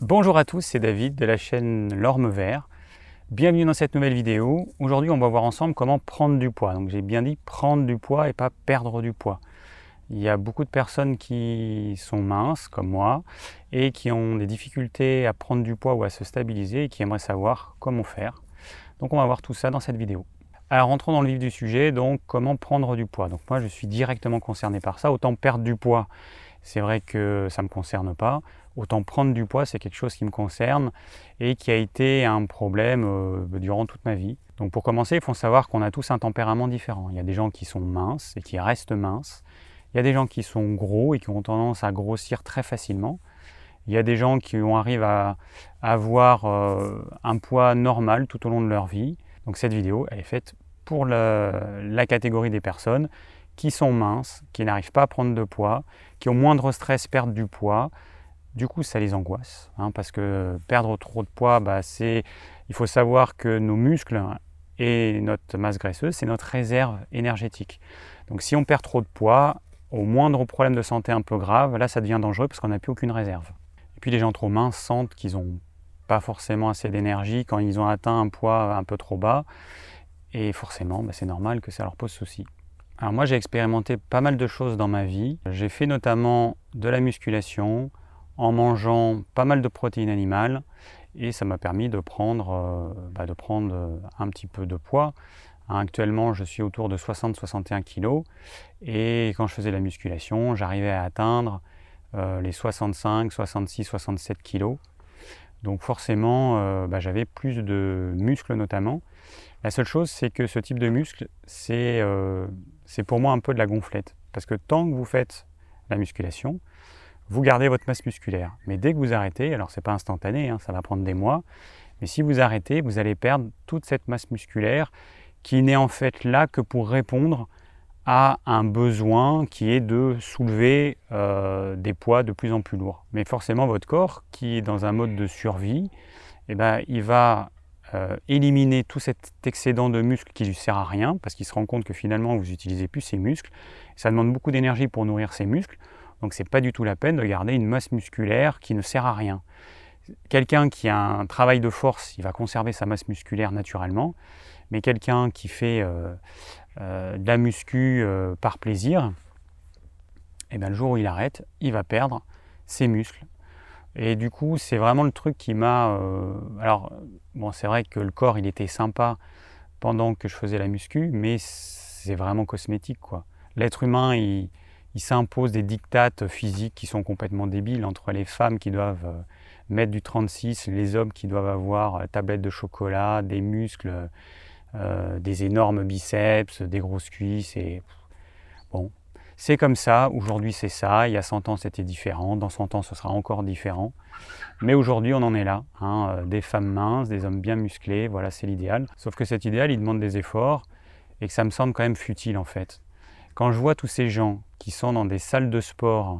Bonjour à tous, c'est David de la chaîne L'Orme Vert. Bienvenue dans cette nouvelle vidéo. Aujourd'hui, on va voir ensemble comment prendre du poids. Donc j'ai bien dit prendre du poids et pas perdre du poids. Il y a beaucoup de personnes qui sont minces, comme moi, et qui ont des difficultés à prendre du poids ou à se stabiliser et qui aimeraient savoir comment faire. Donc on va voir tout ça dans cette vidéo. Alors rentrons dans le vif du sujet, donc comment prendre du poids. Donc moi je suis directement concerné par ça, autant perdre du poids, c'est vrai que ça ne me concerne pas, autant prendre du poids c'est quelque chose qui me concerne et qui a été un problème durant toute ma vie. Donc pour commencer, il faut savoir qu'on a tous un tempérament différent. Il y a des gens qui sont minces et qui restent minces, il y a des gens qui sont gros et qui ont tendance à grossir très facilement. Il y a des gens qui arrivent à avoir un poids normal tout au long de leur vie. Donc cette vidéo, elle est faite pour la catégorie des personnes qui sont minces, qui n'arrivent pas à prendre de poids, qui ont moindre stress, perdent du poids. Du coup, ça les angoisse, parce que perdre trop de poids, il faut savoir que nos muscles et notre masse graisseuse, c'est notre réserve énergétique. Donc si on perd trop de poids, au moindre problème de santé un peu grave, là ça devient dangereux parce qu'on n'a plus aucune réserve. Et puis les gens trop minces sentent qu'ils n'ont pas forcément assez d'énergie quand ils ont atteint un poids un peu trop bas. Et forcément, c'est normal que ça leur pose souci. Alors moi j'ai expérimenté pas mal de choses dans ma vie. J'ai fait notamment de la musculation en mangeant pas mal de protéines animales et ça m'a permis de prendre un petit peu de poids. Actuellement je suis autour de 60-61 kg et quand je faisais la musculation j'arrivais à atteindre les 65, 66, 67 kg. Donc forcément j'avais plus de muscles notamment. La seule chose, c'est que ce type de muscle, c'est pour moi un peu de la gonflette. Parce que tant que vous faites la musculation, vous gardez votre masse musculaire. Mais dès que vous arrêtez, alors c'est pas instantané, ça va prendre des mois, mais si vous arrêtez, vous allez perdre toute cette masse musculaire qui n'est en fait là que pour répondre à un besoin qui est de soulever des poids de plus en plus lourds. Mais forcément, votre corps, qui est dans un mode de survie, il va éliminer tout cet excédent de muscles qui ne lui sert à rien parce qu'il se rend compte que finalement vous n'utilisez plus ces muscles. Ça demande beaucoup d'énergie pour nourrir ces muscles, donc c'est pas du tout la peine de garder une masse musculaire qui ne sert à rien. Quelqu'un qui a un travail de force, il va conserver sa masse musculaire naturellement, mais quelqu'un qui fait de la muscu par plaisir, le jour où il arrête, il va perdre ses muscles. Et du coup, c'est vraiment le truc qui m'a... c'est vrai que le corps, il était sympa pendant que je faisais la muscu, mais c'est vraiment cosmétique, quoi. L'être humain, il s'impose des dictates physiques qui sont complètement débiles, entre les femmes qui doivent mettre du 36, les hommes qui doivent avoir tablette de chocolat, des muscles, des énormes biceps, des grosses cuisses, et bon... C'est comme ça, aujourd'hui c'est ça, il y a 100 ans c'était différent, dans 100 ans ce sera encore différent. Mais aujourd'hui on en est là, des femmes minces, des hommes bien musclés, voilà c'est l'idéal. Sauf que cet idéal il demande des efforts et que ça me semble quand même futile en fait. Quand je vois tous ces gens qui sont dans des salles de sport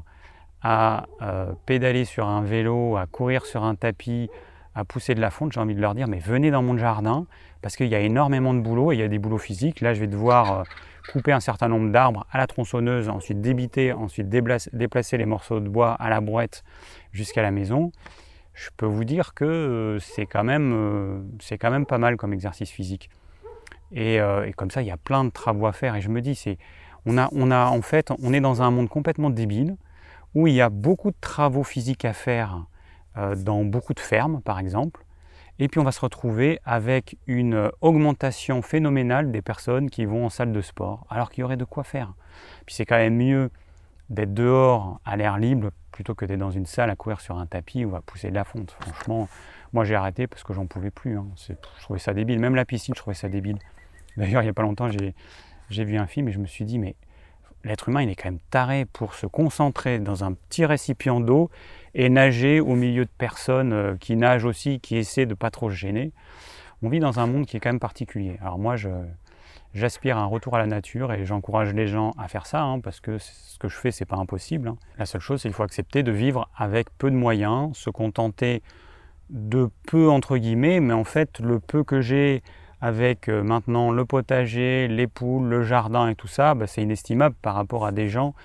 à pédaler sur un vélo, à courir sur un tapis, à pousser de la fonte, j'ai envie de leur dire mais venez dans mon jardin parce qu'il y a énormément de boulot et il y a des boulots physiques. Là je vais devoir couper un certain nombre d'arbres à la tronçonneuse, ensuite débiter, ensuite déplacer les morceaux de bois à la brouette jusqu'à la maison. Je peux vous dire que c'est quand même pas mal comme exercice physique. Et comme ça, il y a plein de travaux à faire. Et je me dis, on est dans un monde complètement débile où il y a beaucoup de travaux physiques à faire dans beaucoup de fermes, par exemple. Et puis on va se retrouver avec une augmentation phénoménale des personnes qui vont en salle de sport, alors qu'il y aurait de quoi faire. Puis c'est quand même mieux d'être dehors à l'air libre plutôt que d'être dans une salle à courir sur un tapis ou à pousser de la fonte. Franchement, moi j'ai arrêté parce que j'en pouvais plus. Je trouvais ça débile. Même la piscine, je trouvais ça débile. D'ailleurs, il n'y a pas longtemps, j'ai vu un film et je me suis dit, mais l'être humain, il est quand même taré pour se concentrer dans un petit récipient d'eau et nager au milieu de personnes qui nagent aussi, qui essaient de ne pas trop se gêner. On vit dans un monde qui est quand même particulier. Alors moi, j'aspire à un retour à la nature et j'encourage les gens à faire ça, parce que ce que je fais, c'est pas impossible. La seule chose, c'est qu'il faut accepter de vivre avec peu de moyens, se contenter de peu entre guillemets, mais en fait, le peu que j'ai avec maintenant le potager, les poules, le jardin et tout ça, c'est inestimable par rapport à des gens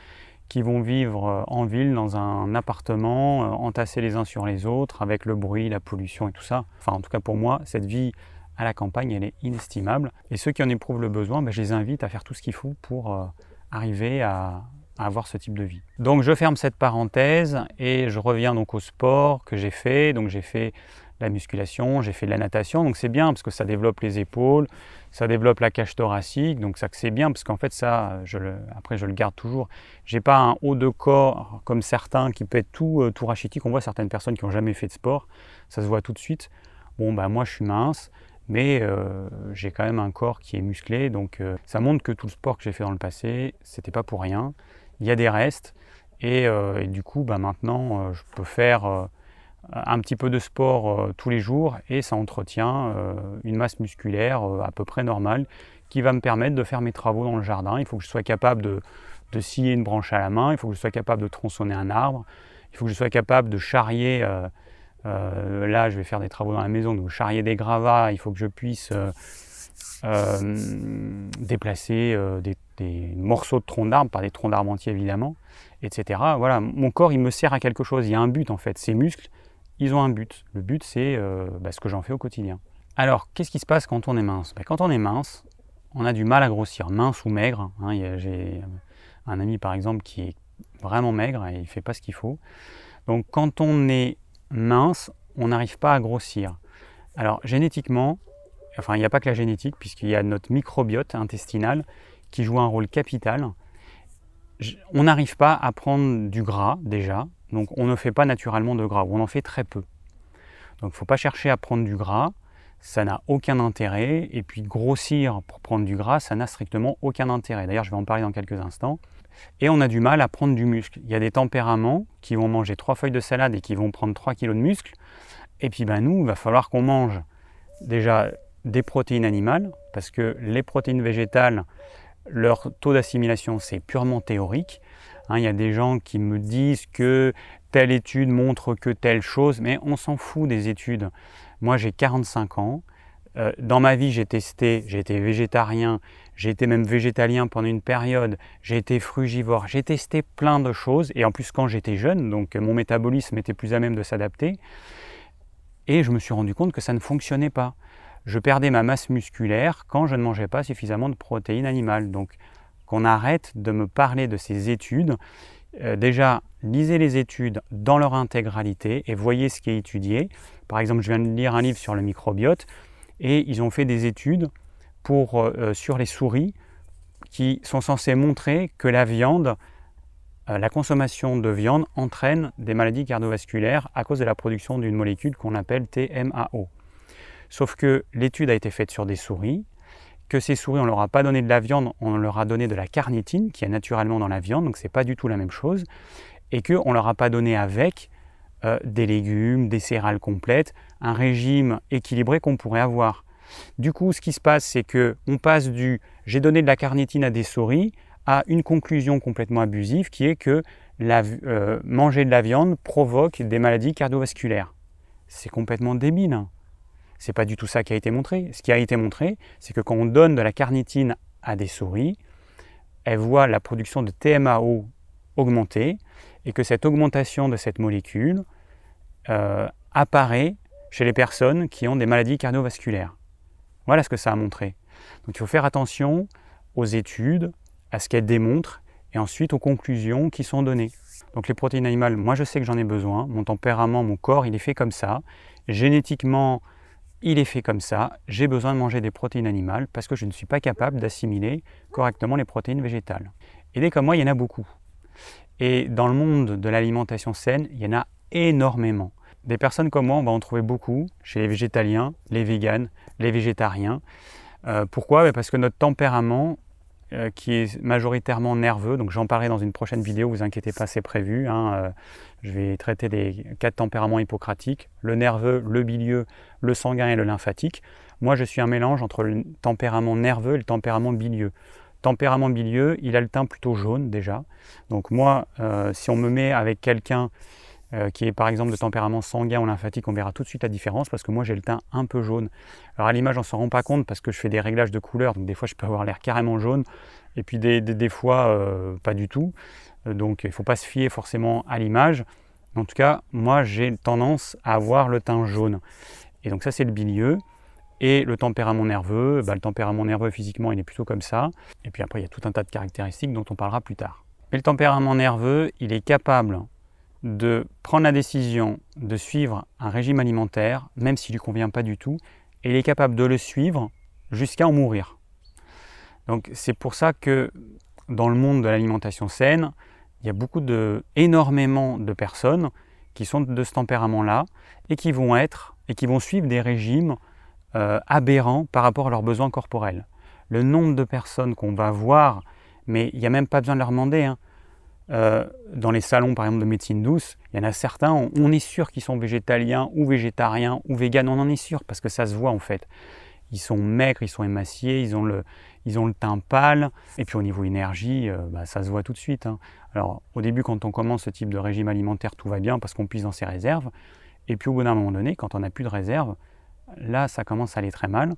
qui vont vivre en ville dans un appartement, entassés les uns sur les autres, avec le bruit, la pollution et tout ça. Enfin, en tout cas pour moi, cette vie à la campagne, elle est inestimable. Et ceux qui en éprouvent le besoin, je les invite à faire tout ce qu'il faut pour arriver à avoir ce type de vie. Donc je ferme cette parenthèse et je reviens donc au sport que j'ai fait. Donc j'ai fait la musculation, j'ai fait de la natation, donc c'est bien parce que ça développe les épaules, ça développe la cage thoracique, donc ça c'est bien parce qu'en fait ça, après je le garde toujours. J'ai pas un haut de corps comme certains qui peut être tout rachitique. On voit certaines personnes qui n'ont jamais fait de sport, ça se voit tout de suite. Bon moi je suis mince, mais j'ai quand même un corps qui est musclé, donc ça montre que tout le sport que j'ai fait dans le passé, c'était pas pour rien. Il y a des restes et du coup maintenant je peux faire un petit peu de sport tous les jours et ça entretient une masse musculaire à peu près normale qui va me permettre de faire mes travaux dans le jardin. Il faut que je sois capable de scier une branche à la main, il faut que je sois capable de tronçonner un arbre, il faut que je sois capable de charrier, là je vais faire des travaux dans la maison, donc charrier des gravats, il faut que je puisse déplacer des morceaux de troncs d'arbres, pas des troncs d'arbres entiers évidemment, etc. Voilà, mon corps il me sert à quelque chose, il y a un but en fait, ces muscles, ils ont un but. Le but, c'est ce que j'en fais au quotidien. Alors, qu'est-ce qui se passe quand on est mince? Quand on est mince, on a du mal à grossir, mince ou maigre. J'ai un ami, par exemple, qui est vraiment maigre et il ne fait pas ce qu'il faut. Donc, quand on est mince, on n'arrive pas à grossir. Alors, génétiquement, il n'y a pas que la génétique, puisqu'il y a notre microbiote intestinal qui joue un rôle capital. On n'arrive pas à prendre du gras, déjà. Donc on ne fait pas naturellement de gras, ou on en fait très peu. Donc il ne faut pas chercher à prendre du gras, ça n'a aucun intérêt. Et puis grossir pour prendre du gras, ça n'a strictement aucun intérêt. D'ailleurs, je vais en parler dans quelques instants. Et on a du mal à prendre du muscle. Il y a des tempéraments qui vont manger 3 feuilles de salade et qui vont prendre 3 kg de muscle. Et puis nous, il va falloir qu'on mange déjà des protéines animales, parce que les protéines végétales, leur taux d'assimilation, c'est purement théorique. Il y a des gens qui me disent que telle étude montre que telle chose, mais on s'en fout des études. Moi, j'ai 45 ans. Dans ma vie, j'ai testé, j'ai été végétarien, j'ai été même végétalien pendant une période, j'ai été frugivore, j'ai testé plein de choses. Et en plus, quand j'étais jeune, donc mon métabolisme était plus à même de s'adapter. Et je me suis rendu compte que ça ne fonctionnait pas. Je perdais ma masse musculaire quand je ne mangeais pas suffisamment de protéines animales. Donc, qu'on arrête de me parler de ces études. Déjà, lisez les études dans leur intégralité et voyez ce qui est étudié. Par exemple, je viens de lire un livre sur le microbiote et ils ont fait des études sur les souris qui sont censées montrer que la viande, la consommation de viande entraîne des maladies cardiovasculaires à cause de la production d'une molécule qu'on appelle TMAO. Sauf que l'étude a été faite sur des souris, que ces souris, on ne leur a pas donné de la viande, on leur a donné de la carnitine qui est naturellement dans la viande, donc ce n'est pas du tout la même chose, et qu'on ne leur a pas donné avec des légumes, des céréales complètes, un régime équilibré qu'on pourrait avoir. Du coup, ce qui se passe, c'est qu'on passe du « j'ai donné de la carnitine à des souris » à une conclusion complètement abusive qui est que manger de la viande provoque des maladies cardiovasculaires. C'est complètement débile, hein. C'est pas du tout ça qui a été montré. Ce qui a été montré, c'est que quand on donne de la carnitine à des souris, elles voient la production de TMAO augmenter et que cette augmentation de cette molécule apparaît chez les personnes qui ont des maladies cardiovasculaires. Voilà ce que ça a montré. Donc il faut faire attention aux études, à ce qu'elles démontrent et ensuite aux conclusions qui sont données. Donc les protéines animales, moi je sais que j'en ai besoin. Mon tempérament, mon corps, il est fait comme ça. Génétiquement, il est fait comme ça, j'ai besoin de manger des protéines animales parce que je ne suis pas capable d'assimiler correctement les protéines végétales. Et des comme moi, il y en a beaucoup. Et dans le monde de l'alimentation saine, il y en a énormément. Des personnes comme moi, on va en trouver beaucoup chez les végétaliens, les véganes, les végétariens. Pourquoi? Parce que notre tempérament, qui est majoritairement nerveux, donc j'en parlerai dans une prochaine vidéo, vous inquiétez pas, c'est prévu. Je vais traiter des 4 tempéraments hippocratiques, le nerveux, le bilieux, le sanguin et le lymphatique. Moi, je suis un mélange entre le tempérament nerveux et le tempérament bilieux. Tempérament bilieux, il a le teint plutôt jaune déjà. Donc moi, si on me met avec quelqu'un qui est par exemple de tempérament sanguin ou lymphatique, on verra tout de suite la différence parce que moi j'ai le teint un peu jaune. Alors à l'image on ne s'en rend pas compte parce que je fais des réglages de couleur, donc des fois je peux avoir l'air carrément jaune et puis des fois pas du tout. Donc il ne faut pas se fier forcément à l'image. En tout cas, moi j'ai tendance à avoir le teint jaune. Et donc ça c'est le bilieux. Et le tempérament nerveux, le tempérament nerveux physiquement il est plutôt comme ça. Et puis après il y a tout un tas de caractéristiques dont on parlera plus tard. Mais le tempérament nerveux, il est capable de prendre la décision de suivre un régime alimentaire, même s'il ne lui convient pas du tout, et il est capable de le suivre jusqu'à en mourir. Donc c'est pour ça que dans le monde de l'alimentation saine, il y a énormément de personnes qui sont de ce tempérament-là et qui vont suivre des régimes aberrants par rapport à leurs besoins corporels. Le nombre de personnes qu'on va voir, mais il n'y a même pas besoin de leur demander, dans les salons par exemple de médecine douce, il y en a certains, on est sûr qu'ils sont végétaliens ou végétariens ou véganes, on en est sûr parce que ça se voit en fait. Ils sont maigres, ils sont émaciés, ils ont le teint pâle, et puis au niveau énergie, ça se voit tout de suite. Alors au début quand on commence ce type de régime alimentaire, tout va bien parce qu'on puise dans ses réserves, et puis au bout d'un moment donné, quand on n'a plus de réserve, là ça commence à aller très mal.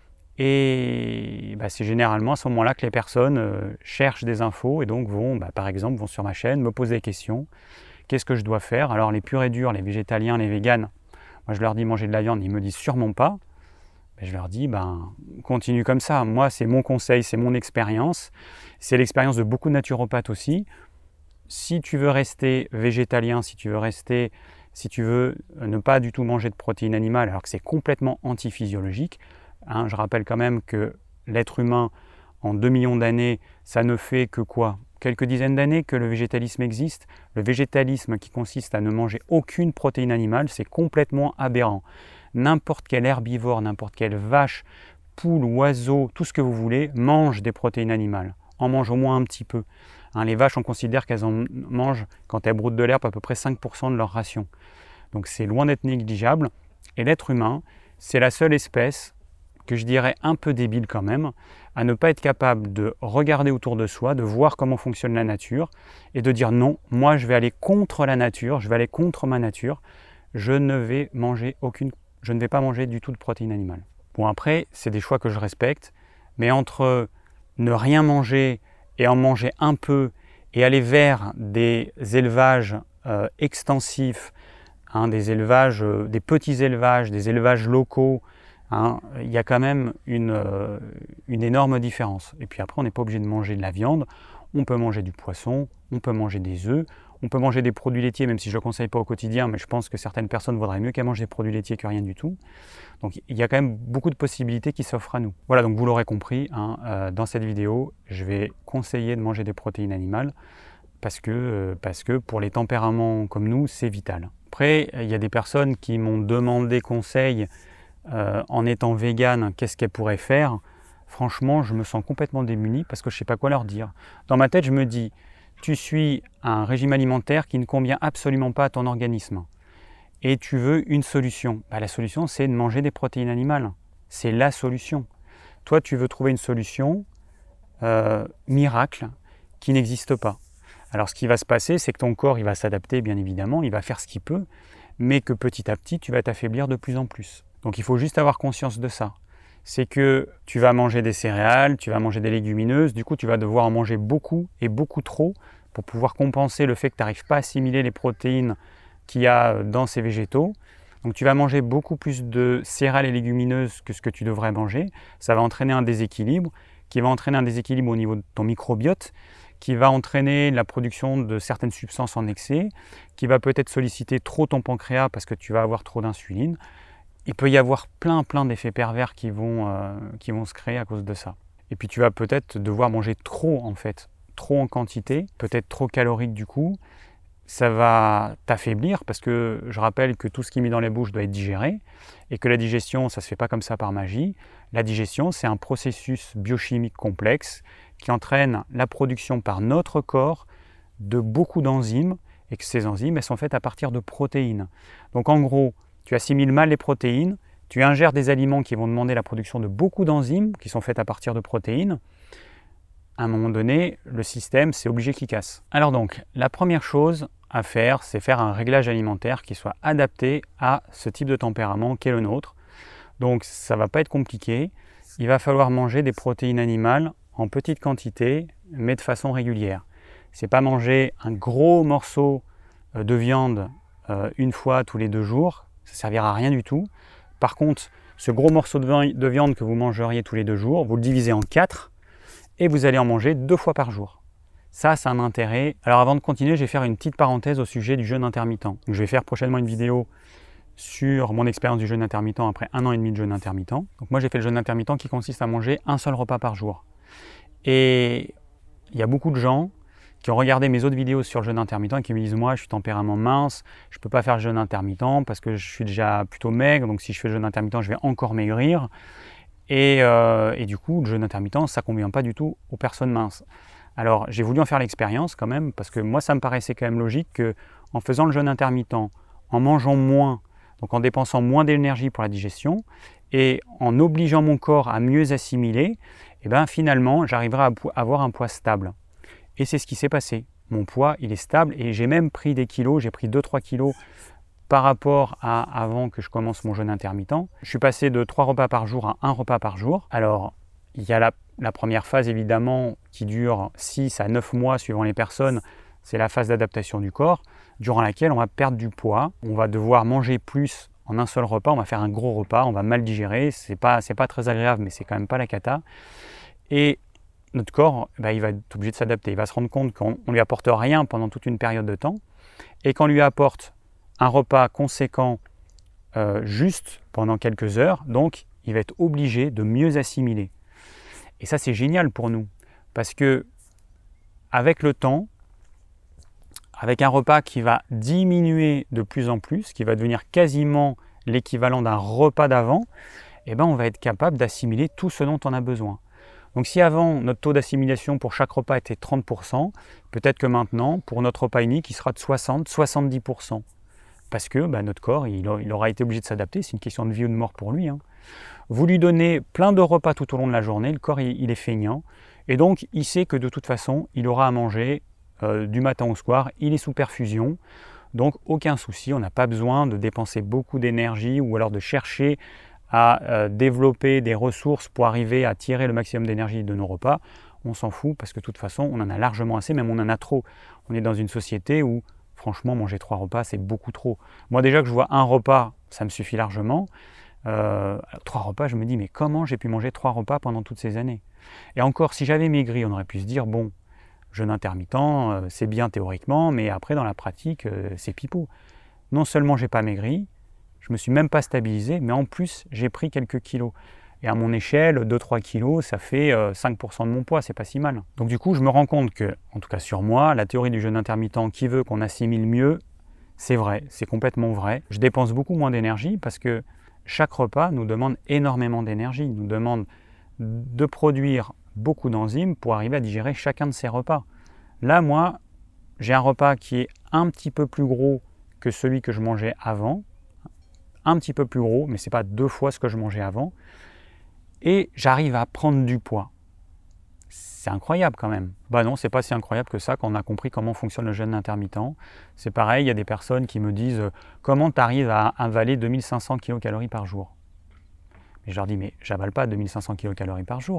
Et c'est généralement à ce moment-là que les personnes cherchent des infos et donc par exemple, vont sur ma chaîne, me poser des questions. Qu'est-ce que je dois faire? Alors les purs et durs, les végétaliens, les véganes, moi je leur dis manger de la viande, ils me disent sûrement pas. Je leur dis continue comme ça. Moi c'est mon conseil, c'est mon expérience. C'est l'expérience de beaucoup de naturopathes aussi. Si tu veux rester végétalien, si tu veux ne pas du tout manger de protéines animales alors que c'est complètement antiphysiologique, je rappelle quand même que l'être humain, en 2 millions d'années, ça ne fait que quoi? Quelques dizaines d'années que le végétalisme existe. Le végétalisme qui consiste à ne manger aucune protéine animale, c'est complètement aberrant. N'importe quel herbivore, n'importe quelle vache, poule, oiseau, tout ce que vous voulez, mange des protéines animales. En mange au moins un petit peu. Les vaches, on considère qu'elles en mangent, quand elles broutent de l'herbe, à peu près 5% de leur ration. Donc c'est loin d'être négligeable. Et l'être humain, c'est la seule espèce que je dirais un peu débile quand même, à ne pas être capable de regarder autour de soi, de voir comment fonctionne la nature et de dire non, moi je vais aller contre la nature, je vais aller contre ma nature, je ne vais pas manger du tout de protéines animales. Bon après, c'est des choix que je respecte, mais entre ne rien manger et en manger un peu et aller vers des élevages extensifs, des petits élevages, des élevages locaux, il y a quand même une énorme différence. Et puis après, on n'est pas obligé de manger de la viande, on peut manger du poisson, on peut manger des œufs, on peut manger des produits laitiers, même si je ne le conseille pas au quotidien, mais je pense que certaines personnes voudraient mieux qu'à manger des produits laitiers que rien du tout. Donc il y a quand même beaucoup de possibilités qui s'offrent à nous. Voilà, donc vous l'aurez compris, dans cette vidéo, je vais conseiller de manger des protéines animales parce que pour les tempéraments comme nous, c'est vital. Après, il y a des personnes qui m'ont demandé conseil en étant végane, qu'est-ce qu'elle pourrait faire? Franchement, je me sens complètement démuni parce que je ne sais pas quoi leur dire. Dans ma tête, je me dis, tu suis un régime alimentaire qui ne convient absolument pas à ton organisme et tu veux une solution. La solution, c'est de manger des protéines animales. C'est la solution. Toi, tu veux trouver une solution miracle qui n'existe pas. Alors, ce qui va se passer, c'est que ton corps, il va s'adapter, bien évidemment, il va faire ce qu'il peut, mais que petit à petit, tu vas t'affaiblir de plus en plus. Donc il faut juste avoir conscience de ça. C'est que tu vas manger des céréales, tu vas manger des légumineuses, du coup tu vas devoir en manger beaucoup et beaucoup trop pour pouvoir compenser le fait que tu n'arrives pas à assimiler les protéines qu'il y a dans ces végétaux. Donc tu vas manger beaucoup plus de céréales et légumineuses que ce que tu devrais manger. Ça va entraîner un déséquilibre, qui va entraîner un déséquilibre au niveau de ton microbiote, qui va entraîner la production de certaines substances en excès, qui va peut-être solliciter trop ton pancréas parce que tu vas avoir trop d'insuline. Il peut y avoir plein d'effets pervers qui vont se créer à cause de ça. Et puis tu vas peut-être devoir manger trop en fait, trop en quantité, peut-être trop calorique du coup. Ça va t'affaiblir parce que je rappelle que tout ce qui est mis dans les bouches doit être digéré et que la digestion, ça ne se fait pas comme ça par magie. La digestion, c'est un processus biochimique complexe qui entraîne la production par notre corps de beaucoup d'enzymes et que ces enzymes, elles sont faites à partir de protéines. Donc en gros, tu assimiles mal les protéines, tu ingères des aliments qui vont demander la production de beaucoup d'enzymes qui sont faites à partir de protéines. À un moment donné, le système, c'est obligé qu'il casse. Alors donc, la première chose à faire, c'est faire un réglage alimentaire qui soit adapté à ce type de tempérament qu'est le nôtre. Donc ça ne va pas être compliqué. Il va falloir manger des protéines animales en petite quantité, mais de façon régulière. c'est pas manger un gros morceau de viande une fois tous les 2 jours, ça servira à rien du tout. Par contre, ce gros morceau de viande que vous mangeriez tous les 2 jours, vous le divisez en 4 et vous allez en manger 2 fois par jour. Ça, c'est un intérêt. Alors avant de continuer, je vais faire une petite parenthèse au sujet du jeûne intermittent. Donc, je vais faire prochainement une vidéo sur mon expérience du jeûne intermittent après 1 an et demi de jeûne intermittent. Donc moi, j'ai fait le jeûne intermittent qui consiste à manger un seul repas par jour. Et il y a beaucoup de gens qui ont regardé mes autres vidéos sur le jeûne intermittent et qui me disent « Moi, je suis tempérament mince, je ne peux pas faire le jeûne intermittent parce que je suis déjà plutôt maigre, donc si je fais le jeûne intermittent, je vais encore maigrir. » Et du coup, le jeûne intermittent, ça ne convient pas du tout aux personnes minces. Alors, j'ai voulu en faire l'expérience quand même, parce que moi, ça me paraissait quand même logique qu'en faisant le jeûne intermittent, en mangeant moins, donc en dépensant moins d'énergie pour la digestion, et en obligeant mon corps à mieux assimiler, et bien finalement, j'arriverai à avoir un poids stable. Et c'est ce qui s'est passé. Mon poids, il est stable, et j'ai même pris des kilos, j'ai pris 2-3 kilos par rapport à avant que je commence mon jeûne intermittent. Je suis passé de 3 repas par jour à 1 repas par jour. Alors, il y a la première phase évidemment qui dure 6 à 9 mois suivant les personnes, c'est la phase d'adaptation du corps, durant laquelle on va perdre du poids, on va devoir manger plus en un seul repas, on va faire un gros repas, on va mal digérer, c'est pas très agréable mais c'est quand même pas la cata. Et notre corps, il va être obligé de s'adapter, il va se rendre compte qu'on ne lui apporte rien pendant toute une période de temps et qu'on lui apporte un repas conséquent juste pendant quelques heures, donc il va être obligé de mieux assimiler. Et ça, c'est génial pour nous, parce que avec le temps, avec un repas qui va diminuer de plus en plus, qui va devenir quasiment l'équivalent d'un repas d'avant, on va être capable d'assimiler tout ce dont on a besoin. Donc si avant, notre taux d'assimilation pour chaque repas était 30%, peut-être que maintenant, pour notre repas unique, il sera de 60-70%. Parce que notre corps, il aura été obligé de s'adapter, c'est une question de vie ou de mort pour lui. Vous lui donnez plein de repas tout au long de la journée, le corps il est feignant, et donc il sait que de toute façon, il aura à manger du matin au soir, il est sous perfusion, donc aucun souci, on n'a pas besoin de dépenser beaucoup d'énergie ou alors de chercher à développer des ressources pour arriver à tirer le maximum d'énergie de nos repas. On s'en fout parce que de toute façon, on en a largement assez, même on en a trop. On est dans une société où franchement, manger 3 repas, c'est beaucoup trop. Moi déjà que je vois un repas, ça me suffit largement. 3 repas, je me dis, mais comment j'ai pu manger 3 repas pendant toutes ces années? Et encore, si j'avais maigri, on aurait pu se dire, bon, jeûne intermittent, c'est bien théoriquement, mais après, dans la pratique, c'est pipeau. Non seulement j'ai pas maigri, je me suis même pas stabilisé, mais en plus, j'ai pris quelques kilos. Et à mon échelle, 2-3 kilos, ça fait 5% de mon poids, c'est pas si mal. Donc du coup, je me rends compte que, en tout cas sur moi, la théorie du jeûne intermittent qui veut qu'on assimile mieux, c'est vrai, c'est complètement vrai. Je dépense beaucoup moins d'énergie parce que chaque repas nous demande énormément d'énergie, nous demande de produire beaucoup d'enzymes pour arriver à digérer chacun de ces repas. Là, moi, j'ai un repas qui est un petit peu plus gros que celui que je mangeais avant, un petit peu plus gros, mais ce n'est pas 2 fois ce que je mangeais avant, et j'arrive à prendre du poids. C'est incroyable quand même. Non, c'est pas si incroyable que ça quand on a compris comment fonctionne le jeûne intermittent. C'est pareil, il y a des personnes qui me disent « Comment tu arrives à avaler 2500 kcal par jour ?» Mais je leur dis « Mais j'avale pas 2500 kcal par jour. »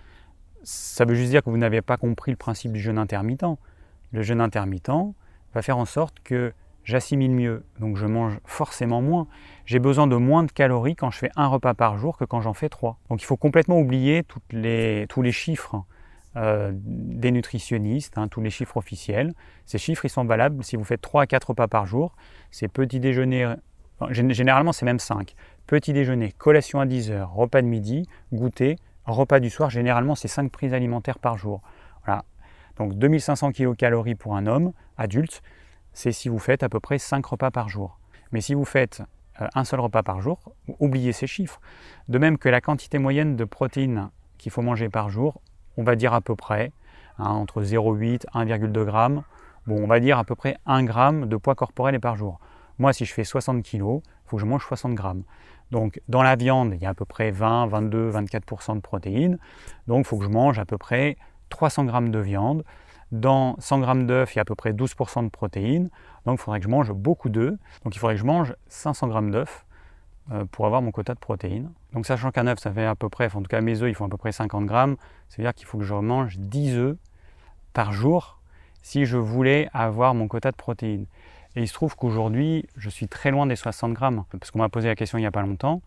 Ça veut juste dire que vous n'avez pas compris le principe du jeûne intermittent. Le jeûne intermittent va faire en sorte que j'assimile mieux, donc je mange forcément moins. J'ai besoin de moins de calories quand je fais un repas par jour que quand j'en fais 3. Donc il faut complètement oublier tous les chiffres des nutritionnistes, tous les chiffres officiels. Ces chiffres, ils sont valables si vous faites 3 à 4 repas par jour. C'est petit déjeuner, généralement c'est même 5. Petit déjeuner, collation à 10h, repas de midi, goûter, repas du soir, généralement c'est 5 prises alimentaires par jour. Voilà. Donc 2500 kcal pour un homme adulte, c'est si vous faites à peu près 5 repas par jour. Mais si vous faites un seul repas par jour, oubliez ces chiffres. De même que la quantité moyenne de protéines qu'il faut manger par jour, on va dire à peu près, entre 0,8 et 1,2 g. Bon, on va dire à peu près 1 g de poids corporel par jour. Moi, si je fais 60 kg, il faut que je mange 60 grammes. Donc, dans la viande, il y a à peu près 20, 22, 24% de protéines. Donc, il faut que je mange à peu près 300 grammes de viande. Dans 100 grammes d'œufs, il y a à peu près 12% de protéines. Donc, il faudrait que je mange beaucoup d'œufs. Donc, il faudrait que je mange 500 grammes d'œufs pour avoir mon quota de protéines. Donc, sachant qu'un œuf, ça fait à peu près, en tout cas mes œufs, ils font à peu près 50 grammes. Ça veut dire qu'il faut que je mange 10 œufs par jour si je voulais avoir mon quota de protéines. Et il se trouve qu'aujourd'hui, je suis très loin des 60 grammes, parce qu'on m'a posé la question il n'y a pas longtemps.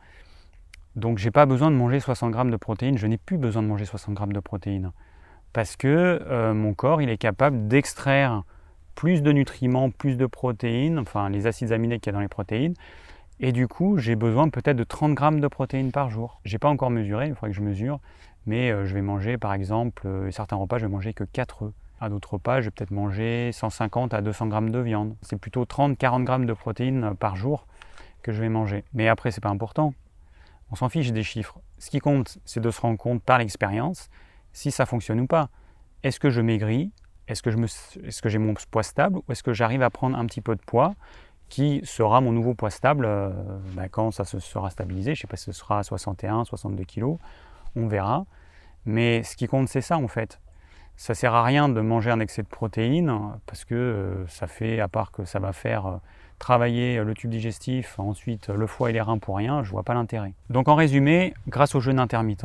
Donc je n'ai pas besoin de manger 60 grammes de protéines, je n'ai plus besoin de manger 60 grammes de protéines. Parce que mon corps, il est capable d'extraire plus de nutriments, plus de protéines, enfin les acides aminés qu'il y a dans les protéines. Et du coup, j'ai besoin peut-être de 30 grammes de protéines par jour. Je n'ai pas encore mesuré, il faudrait que je mesure. Mais je vais manger par exemple, certains repas, je vais manger que 4 œufs. À d'autres repas, je vais peut-être manger 150 à 200 grammes de viande. C'est plutôt 30-40 grammes de protéines par jour que je vais manger. Mais après, c'est pas important. On s'en fiche des chiffres. Ce qui compte, c'est de se rendre compte par l'expérience si ça fonctionne ou pas. Est-ce que je maigris? Est-ce que j'ai mon poids stable? Ou est-ce que j'arrive à prendre un petit peu de poids qui sera mon nouveau poids stable quand ça se sera stabilisé? Je ne sais pas si ce sera 61, 62 kg. On verra. Mais ce qui compte, c'est ça en fait. Ça ne sert à rien de manger un excès de protéines parce que ça fait, à part que ça va faire travailler le tube digestif, ensuite le foie et les reins pour rien, je ne vois pas l'intérêt. Donc en résumé, grâce au jeûne intermittent,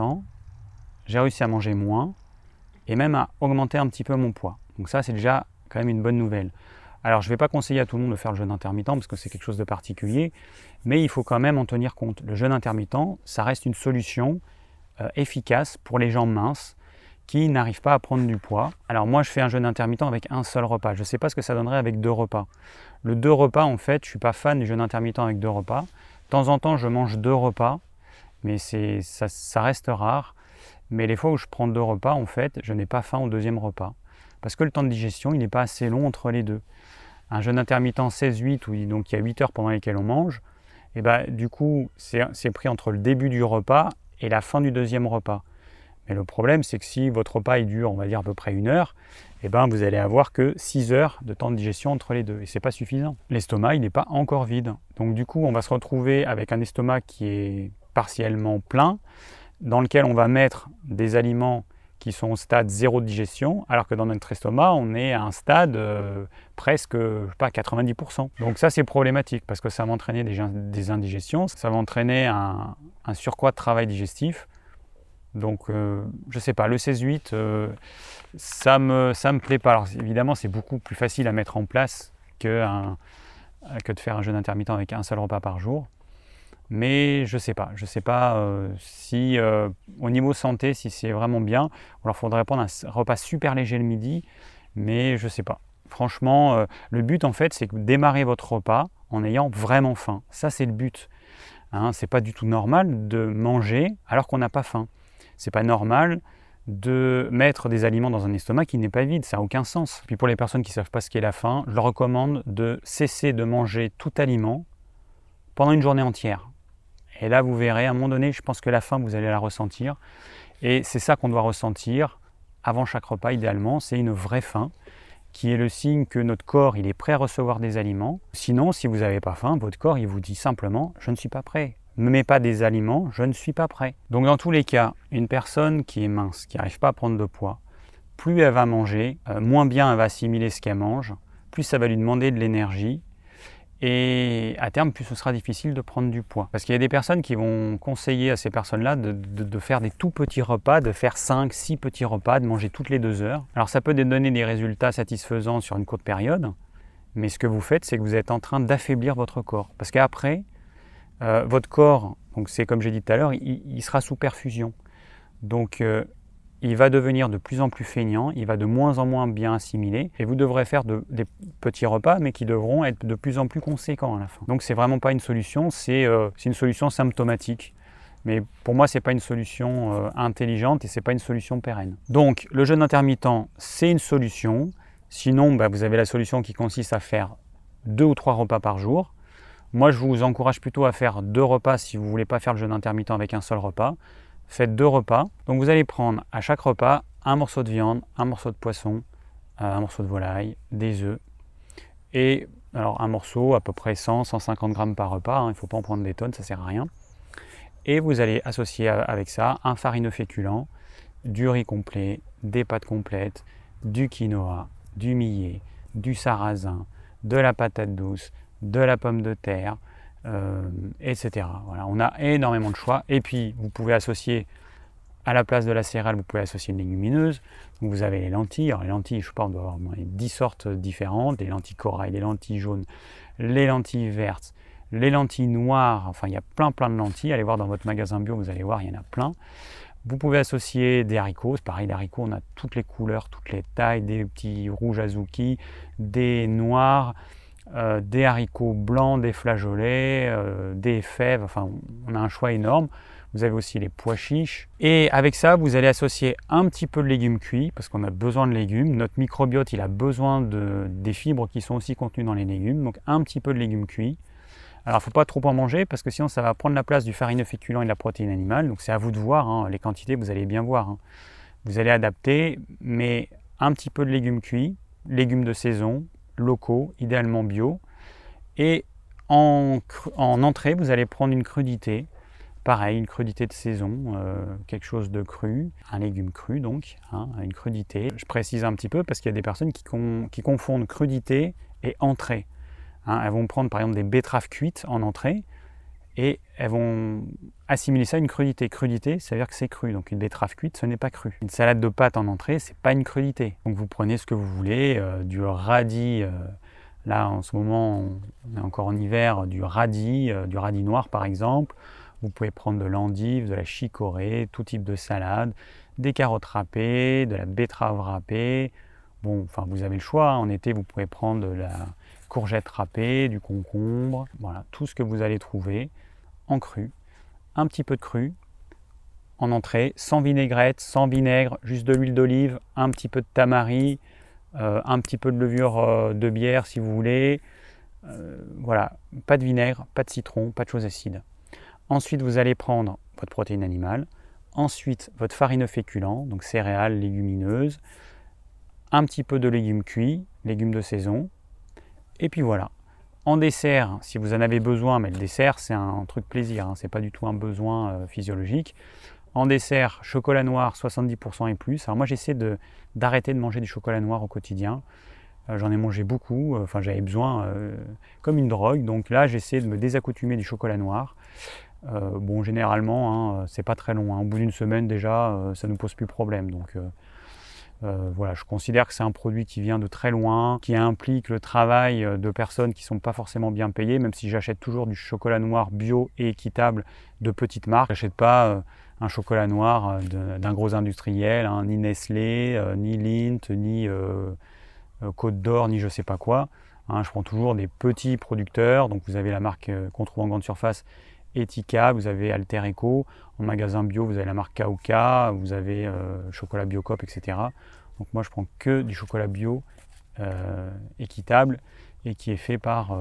j'ai réussi à manger moins et même à augmenter un petit peu mon poids. Donc ça, c'est déjà quand même une bonne nouvelle. Alors je ne vais pas conseiller à tout le monde de faire le jeûne intermittent parce que c'est quelque chose de particulier, mais il faut quand même en tenir compte. Le jeûne intermittent, ça reste une solution efficace pour les gens minces qui n'arrivent pas à prendre du poids. Alors moi je fais un jeûne intermittent avec un seul repas. Je ne sais pas ce que ça donnerait avec 2 repas. Le 2 repas en fait, je ne suis pas fan du jeûne intermittent avec 2 repas. De temps en temps je mange 2 repas, mais ça reste rare. Mais les fois où je prends 2 repas en fait, je n'ai pas faim au 2e repas. Parce que le temps de digestion il n'est pas assez long entre les deux. Un jeûne intermittent 16-8 où donc il y a 8 heures pendant lesquelles on mange, et du coup c'est pris entre le début du repas et la fin du 2e repas. Mais le problème, c'est que si votre repas il dure, on va dire à peu près 1 heure, vous allez avoir que 6 heures de temps de digestion entre les deux. Et ce n'est pas suffisant. L'estomac, il n'est pas encore vide. Donc du coup, on va se retrouver avec un estomac qui est partiellement plein, dans lequel on va mettre des aliments qui sont au stade 0 de digestion, alors que dans notre estomac, on est à un stade presque, 90%. Donc ça, c'est problématique, parce que ça va entraîner des indigestions, ça va entraîner un surcroît de travail digestif. Donc, je ne sais pas, le 16-8, ça me plaît pas. Alors, évidemment, c'est beaucoup plus facile à mettre en place que de faire un jeûne intermittent avec un seul repas par jour. Mais je ne sais pas si au niveau santé, si c'est vraiment bien. Alors, il faudrait prendre un repas super léger le midi, mais je ne sais pas. Franchement, le but, en fait, c'est que démarrer votre repas en ayant vraiment faim. Ça, c'est le but. Hein, ce n'est pas du tout normal de manger alors qu'on n'a pas faim. C'est pas normal de mettre des aliments dans un estomac qui n'est pas vide, ça n'a aucun sens. Puis pour les personnes qui ne savent pas ce qu'est la faim, je leur recommande de cesser de manger tout aliment pendant une journée entière. Et là, vous verrez, à un moment donné, je pense que la faim, vous allez la ressentir. Et c'est ça qu'on doit ressentir avant chaque repas, idéalement. C'est une vraie faim, qui est le signe que notre corps il est prêt à recevoir des aliments. Sinon, si vous n'avez pas faim, votre corps il vous dit simplement « je ne suis pas prêt ». Ne me mets pas des aliments, je ne suis pas prêt. Donc dans tous les cas, une personne qui est mince, qui n'arrive pas à prendre de poids, plus elle va manger, moins bien elle va assimiler ce qu'elle mange, plus ça va lui demander de l'énergie, et à terme, plus ce sera difficile de prendre du poids. Parce qu'il y a des personnes qui vont conseiller à ces personnes-là de faire des tout petits repas, de faire 5-6 petits repas, de manger toutes les 2 heures. Alors ça peut donner des résultats satisfaisants sur une courte période, mais ce que vous faites, c'est que vous êtes en train d'affaiblir votre corps. Parce qu'après, votre corps, donc c'est comme j'ai dit tout à l'heure, il sera sous perfusion. Donc il va devenir de plus en plus feignant, il va de moins en moins bien assimiler et vous devrez faire des petits repas mais qui devront être de plus en plus conséquents à la fin. Donc c'est vraiment pas une solution, c'est une solution symptomatique. Mais pour moi, ce n'est pas une solution intelligente et ce n'est pas une solution pérenne. Donc le jeûne intermittent, c'est une solution. Sinon, vous avez la solution qui consiste à faire 2 ou 3 repas par jour. Moi, je vous encourage plutôt à faire 2 repas si vous ne voulez pas faire le jeûne intermittent avec un seul repas. Faites 2 repas. Donc, vous allez prendre à chaque repas un morceau de viande, un morceau de poisson, un morceau de volaille, des œufs. Et alors, un morceau à peu près 100-150 grammes par repas. Il ne faut pas en prendre des tonnes, ça ne sert à rien. Et vous allez associer avec ça un farineux féculent, du riz complet, des pâtes complètes, du quinoa, du millet, du sarrasin, de la patate douce, de la pomme de terre, etc. Voilà, on a énormément de choix. Et puis, vous pouvez associer À la place de la céréale, vous pouvez associer une légumineuse. Donc vous avez les lentilles. Alors les lentilles, je sais pas, on doit avoir 10 sortes différentes. Les lentilles corail, les lentilles jaunes, les lentilles vertes, les lentilles noires. Enfin, il y a plein de lentilles. Allez voir dans votre magasin bio, vous allez voir, il y en a plein. Vous pouvez associer des haricots. C'est pareil, les haricots, on a toutes les couleurs, toutes les tailles, des petits rouges azuki, des noirs, des haricots blancs, des flageolets, des fèves. Enfin, on a un choix énorme. Vous avez aussi les pois chiches. Et avec ça, vous allez associer un petit peu de légumes cuits, parce qu'on a besoin de légumes. Notre microbiote, il a besoin des fibres qui sont aussi contenues dans les légumes. Donc un petit peu de légumes cuits. Alors il ne faut pas trop en manger, parce que sinon ça va prendre la place du farineux féculent et de la protéine animale. Donc c'est à vous de voir, hein. Les quantités, vous allez bien voir, hein. Vous allez adapter, mais un petit peu de légumes cuits, légumes de saison, locaux, idéalement bio. Et en entrée, vous allez prendre une crudité. Pareil, une crudité de saison, quelque chose de cru, un légume cru donc, hein, une crudité. Je précise un petit peu parce qu'il y a des personnes qui confondent crudité et entrée. Hein, elles vont prendre par exemple des betteraves cuites en entrée et elles vont assimiler ça à une crudité. Crudité, ça veut dire que c'est cru, donc une betterave cuite, ce n'est pas cru. Une salade de pâtes en entrée, c'est pas une crudité. Donc vous prenez ce que vous voulez, du radis, là en ce moment on est encore en hiver, du radis noir par exemple. Vous pouvez prendre de l'endive, de la chicorée, tout type de salade, des carottes râpées, de la betterave râpée. Bon, enfin, vous avez le choix. En été, vous pouvez prendre de la courgette râpée, du concombre. Voilà, tout ce que vous allez trouver en cru. Un petit peu de cru en entrée, sans vinaigrette, sans vinaigre, juste de l'huile d'olive, un petit peu de tamari, un petit peu de levure de bière si vous voulez. Voilà, pas de vinaigre, pas de citron, pas de choses acides. Ensuite, vous allez prendre votre protéine animale, ensuite votre farineux féculent, donc céréales, légumineuses, un petit peu de légumes cuits, légumes de saison, et puis voilà. En dessert, si vous en avez besoin, mais le dessert c'est un truc plaisir, hein, c'est pas du tout un besoin physiologique. En dessert, chocolat noir 70% et plus. Alors moi j'essaie d'arrêter de manger du chocolat noir au quotidien. J'en ai mangé beaucoup, enfin j'avais besoin comme une drogue, donc là j'essaie de me désaccoutumer du chocolat noir. Bon, généralement, hein, c'est pas très long. Hein. Au bout d'une semaine, déjà, ça ne nous pose plus problème. Donc, voilà, je considère que c'est un produit qui vient de très loin, qui implique le travail de personnes qui ne sont pas forcément bien payées, même si j'achète toujours du chocolat noir bio et équitable de petites marques. Je n'achète pas un chocolat noir d'un gros industriel, hein, ni Nestlé, ni Lindt, ni Côte d'Or, ni je sais pas quoi. Hein, je prends toujours des petits producteurs. Donc, vous avez la marque qu'on trouve en grande surface, Etika, vous avez Alter Eco, en magasin bio vous avez la marque Kauka, vous avez chocolat Biocop, etc. Donc moi je prends que du chocolat bio équitable et qui est fait par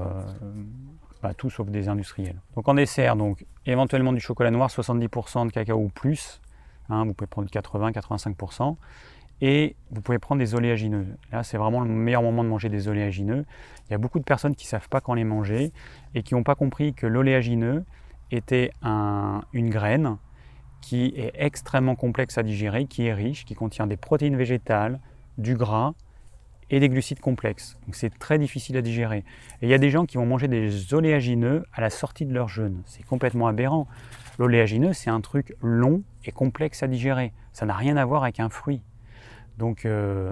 tout sauf des industriels. Donc en dessert, donc éventuellement du chocolat noir, 70% de cacao ou plus, hein, vous pouvez prendre 80-85%. Et vous pouvez prendre des oléagineux. Là, c'est vraiment le meilleur moment de manger des oléagineux. Il y a beaucoup de personnes qui ne savent pas quand les manger et qui n'ont pas compris que l'oléagineux était une graine qui est extrêmement complexe à digérer, qui est riche, qui contient des protéines végétales, du gras et des glucides complexes. Donc c'est très difficile à digérer. Et il y a des gens qui vont manger des oléagineux à la sortie de leur jeûne. C'est complètement aberrant. L'oléagineux, c'est un truc long et complexe à digérer. Ça n'a rien à voir avec un fruit. Donc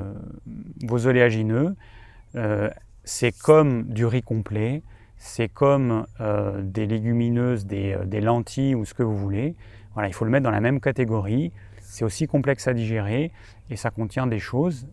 vos oléagineux, c'est comme du riz complet, c'est comme des légumineuses, des lentilles ou ce que vous voulez. Voilà, il faut le mettre dans la même catégorie. C'est aussi complexe à digérer et ça contient des choses,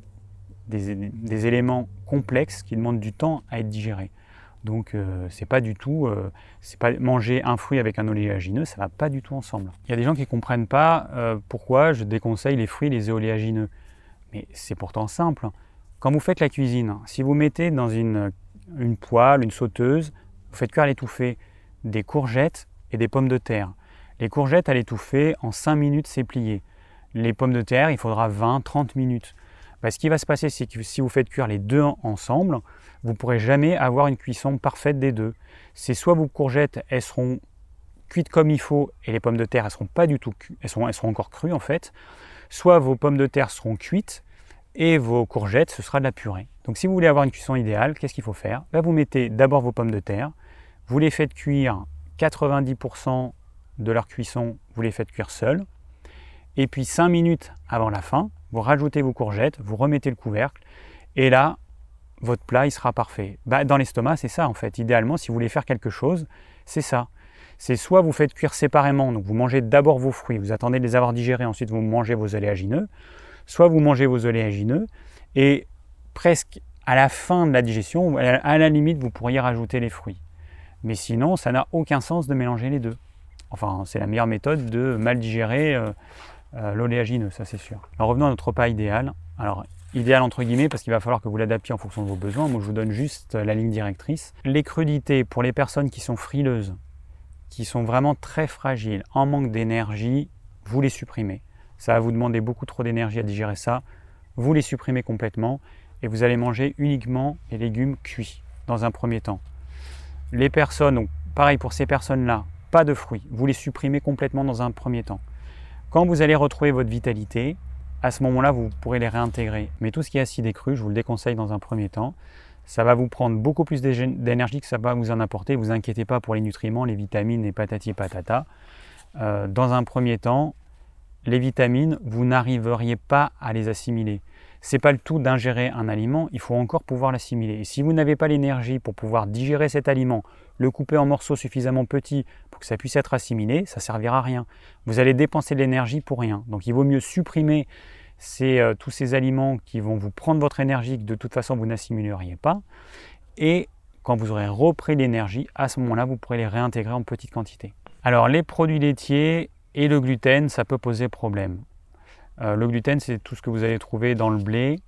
des éléments complexes qui demandent du temps à être digérés. Donc c'est pas du tout, c'est pas manger un fruit avec un oléagineux, ça va pas du tout ensemble. Il y a des gens qui comprennent pas pourquoi je déconseille les fruits, les oléagineux. Mais c'est pourtant simple. Quand vous faites la cuisine, si vous mettez dans une poêle, une sauteuse, vous faites cuire à l'étouffée des courgettes et des pommes de terre. Les courgettes à l'étouffée, en 5 minutes, c'est plié. Les pommes de terre, il faudra 20-30 minutes. Ce qui va se passer, c'est que si vous faites cuire les deux ensemble, vous ne pourrez jamais avoir une cuisson parfaite des deux. C'est soit vos courgettes, elles seront cuites comme il faut, et les pommes de terre, elles seront pas du tout cuites, elles seront encore crues en fait. Soit vos pommes de terre seront cuites, et vos courgettes, ce sera de la purée. Donc si vous voulez avoir une cuisson idéale, qu'est-ce qu'il faut faire? Vous mettez d'abord vos pommes de terre, vous les faites cuire 90% de leur cuisson, vous les faites cuire seules, Et puis 5 minutes avant la fin, vous rajoutez vos courgettes, vous remettez le couvercle et là, votre plat il sera parfait. Dans l'estomac, c'est ça en fait. Idéalement, si vous voulez faire quelque chose, c'est ça. C'est soit vous faites cuire séparément, donc vous mangez d'abord vos fruits, vous attendez de les avoir digérés, ensuite vous mangez vos oléagineux, soit vous mangez vos oléagineux et presque à la fin de la digestion, à la limite, vous pourriez rajouter les fruits. Mais sinon, ça n'a aucun sens de mélanger les deux. Enfin, c'est la meilleure méthode de mal digérer l'oléagineux, ça c'est sûr. Alors revenons à notre repas idéal. Alors, idéal entre guillemets, parce qu'il va falloir que vous l'adaptiez en fonction de vos besoins. Moi, je vous donne juste la ligne directrice. Les crudités, pour les personnes qui sont frileuses, qui sont vraiment très fragiles, en manque d'énergie, vous les supprimez. Ça va vous demander beaucoup trop d'énergie à digérer ça. Vous les supprimez complètement et vous allez manger uniquement les légumes cuits dans un premier temps. Les personnes, donc pareil pour ces personnes-là, pas de fruits, vous les supprimez complètement dans un premier temps. Quand vous allez retrouver votre vitalité, à ce moment-là, vous pourrez les réintégrer. Mais tout ce qui est acide et cru, je vous le déconseille dans un premier temps. Ça va vous prendre beaucoup plus d'énergie que ça va vous en apporter. Ne vous inquiétez pas pour les nutriments, les vitamines, les patati et patata. Dans un premier temps, les vitamines, vous n'arriveriez pas à les assimiler. Ce n'est pas le tout d'ingérer un aliment, il faut encore pouvoir l'assimiler. Et si vous n'avez pas l'énergie pour pouvoir digérer cet aliment, le couper en morceaux suffisamment petits pour que ça puisse être assimilé, ça ne servira à rien. Vous allez dépenser de l'énergie pour rien. Donc il vaut mieux supprimer tous ces aliments qui vont vous prendre votre énergie, que de toute façon vous n'assimileriez pas. Et quand vous aurez repris l'énergie, à ce moment-là, vous pourrez les réintégrer en petite quantité. Alors les produits laitiers et le gluten, ça peut poser problème. Le gluten, c'est tout ce que vous allez trouver dans le blé,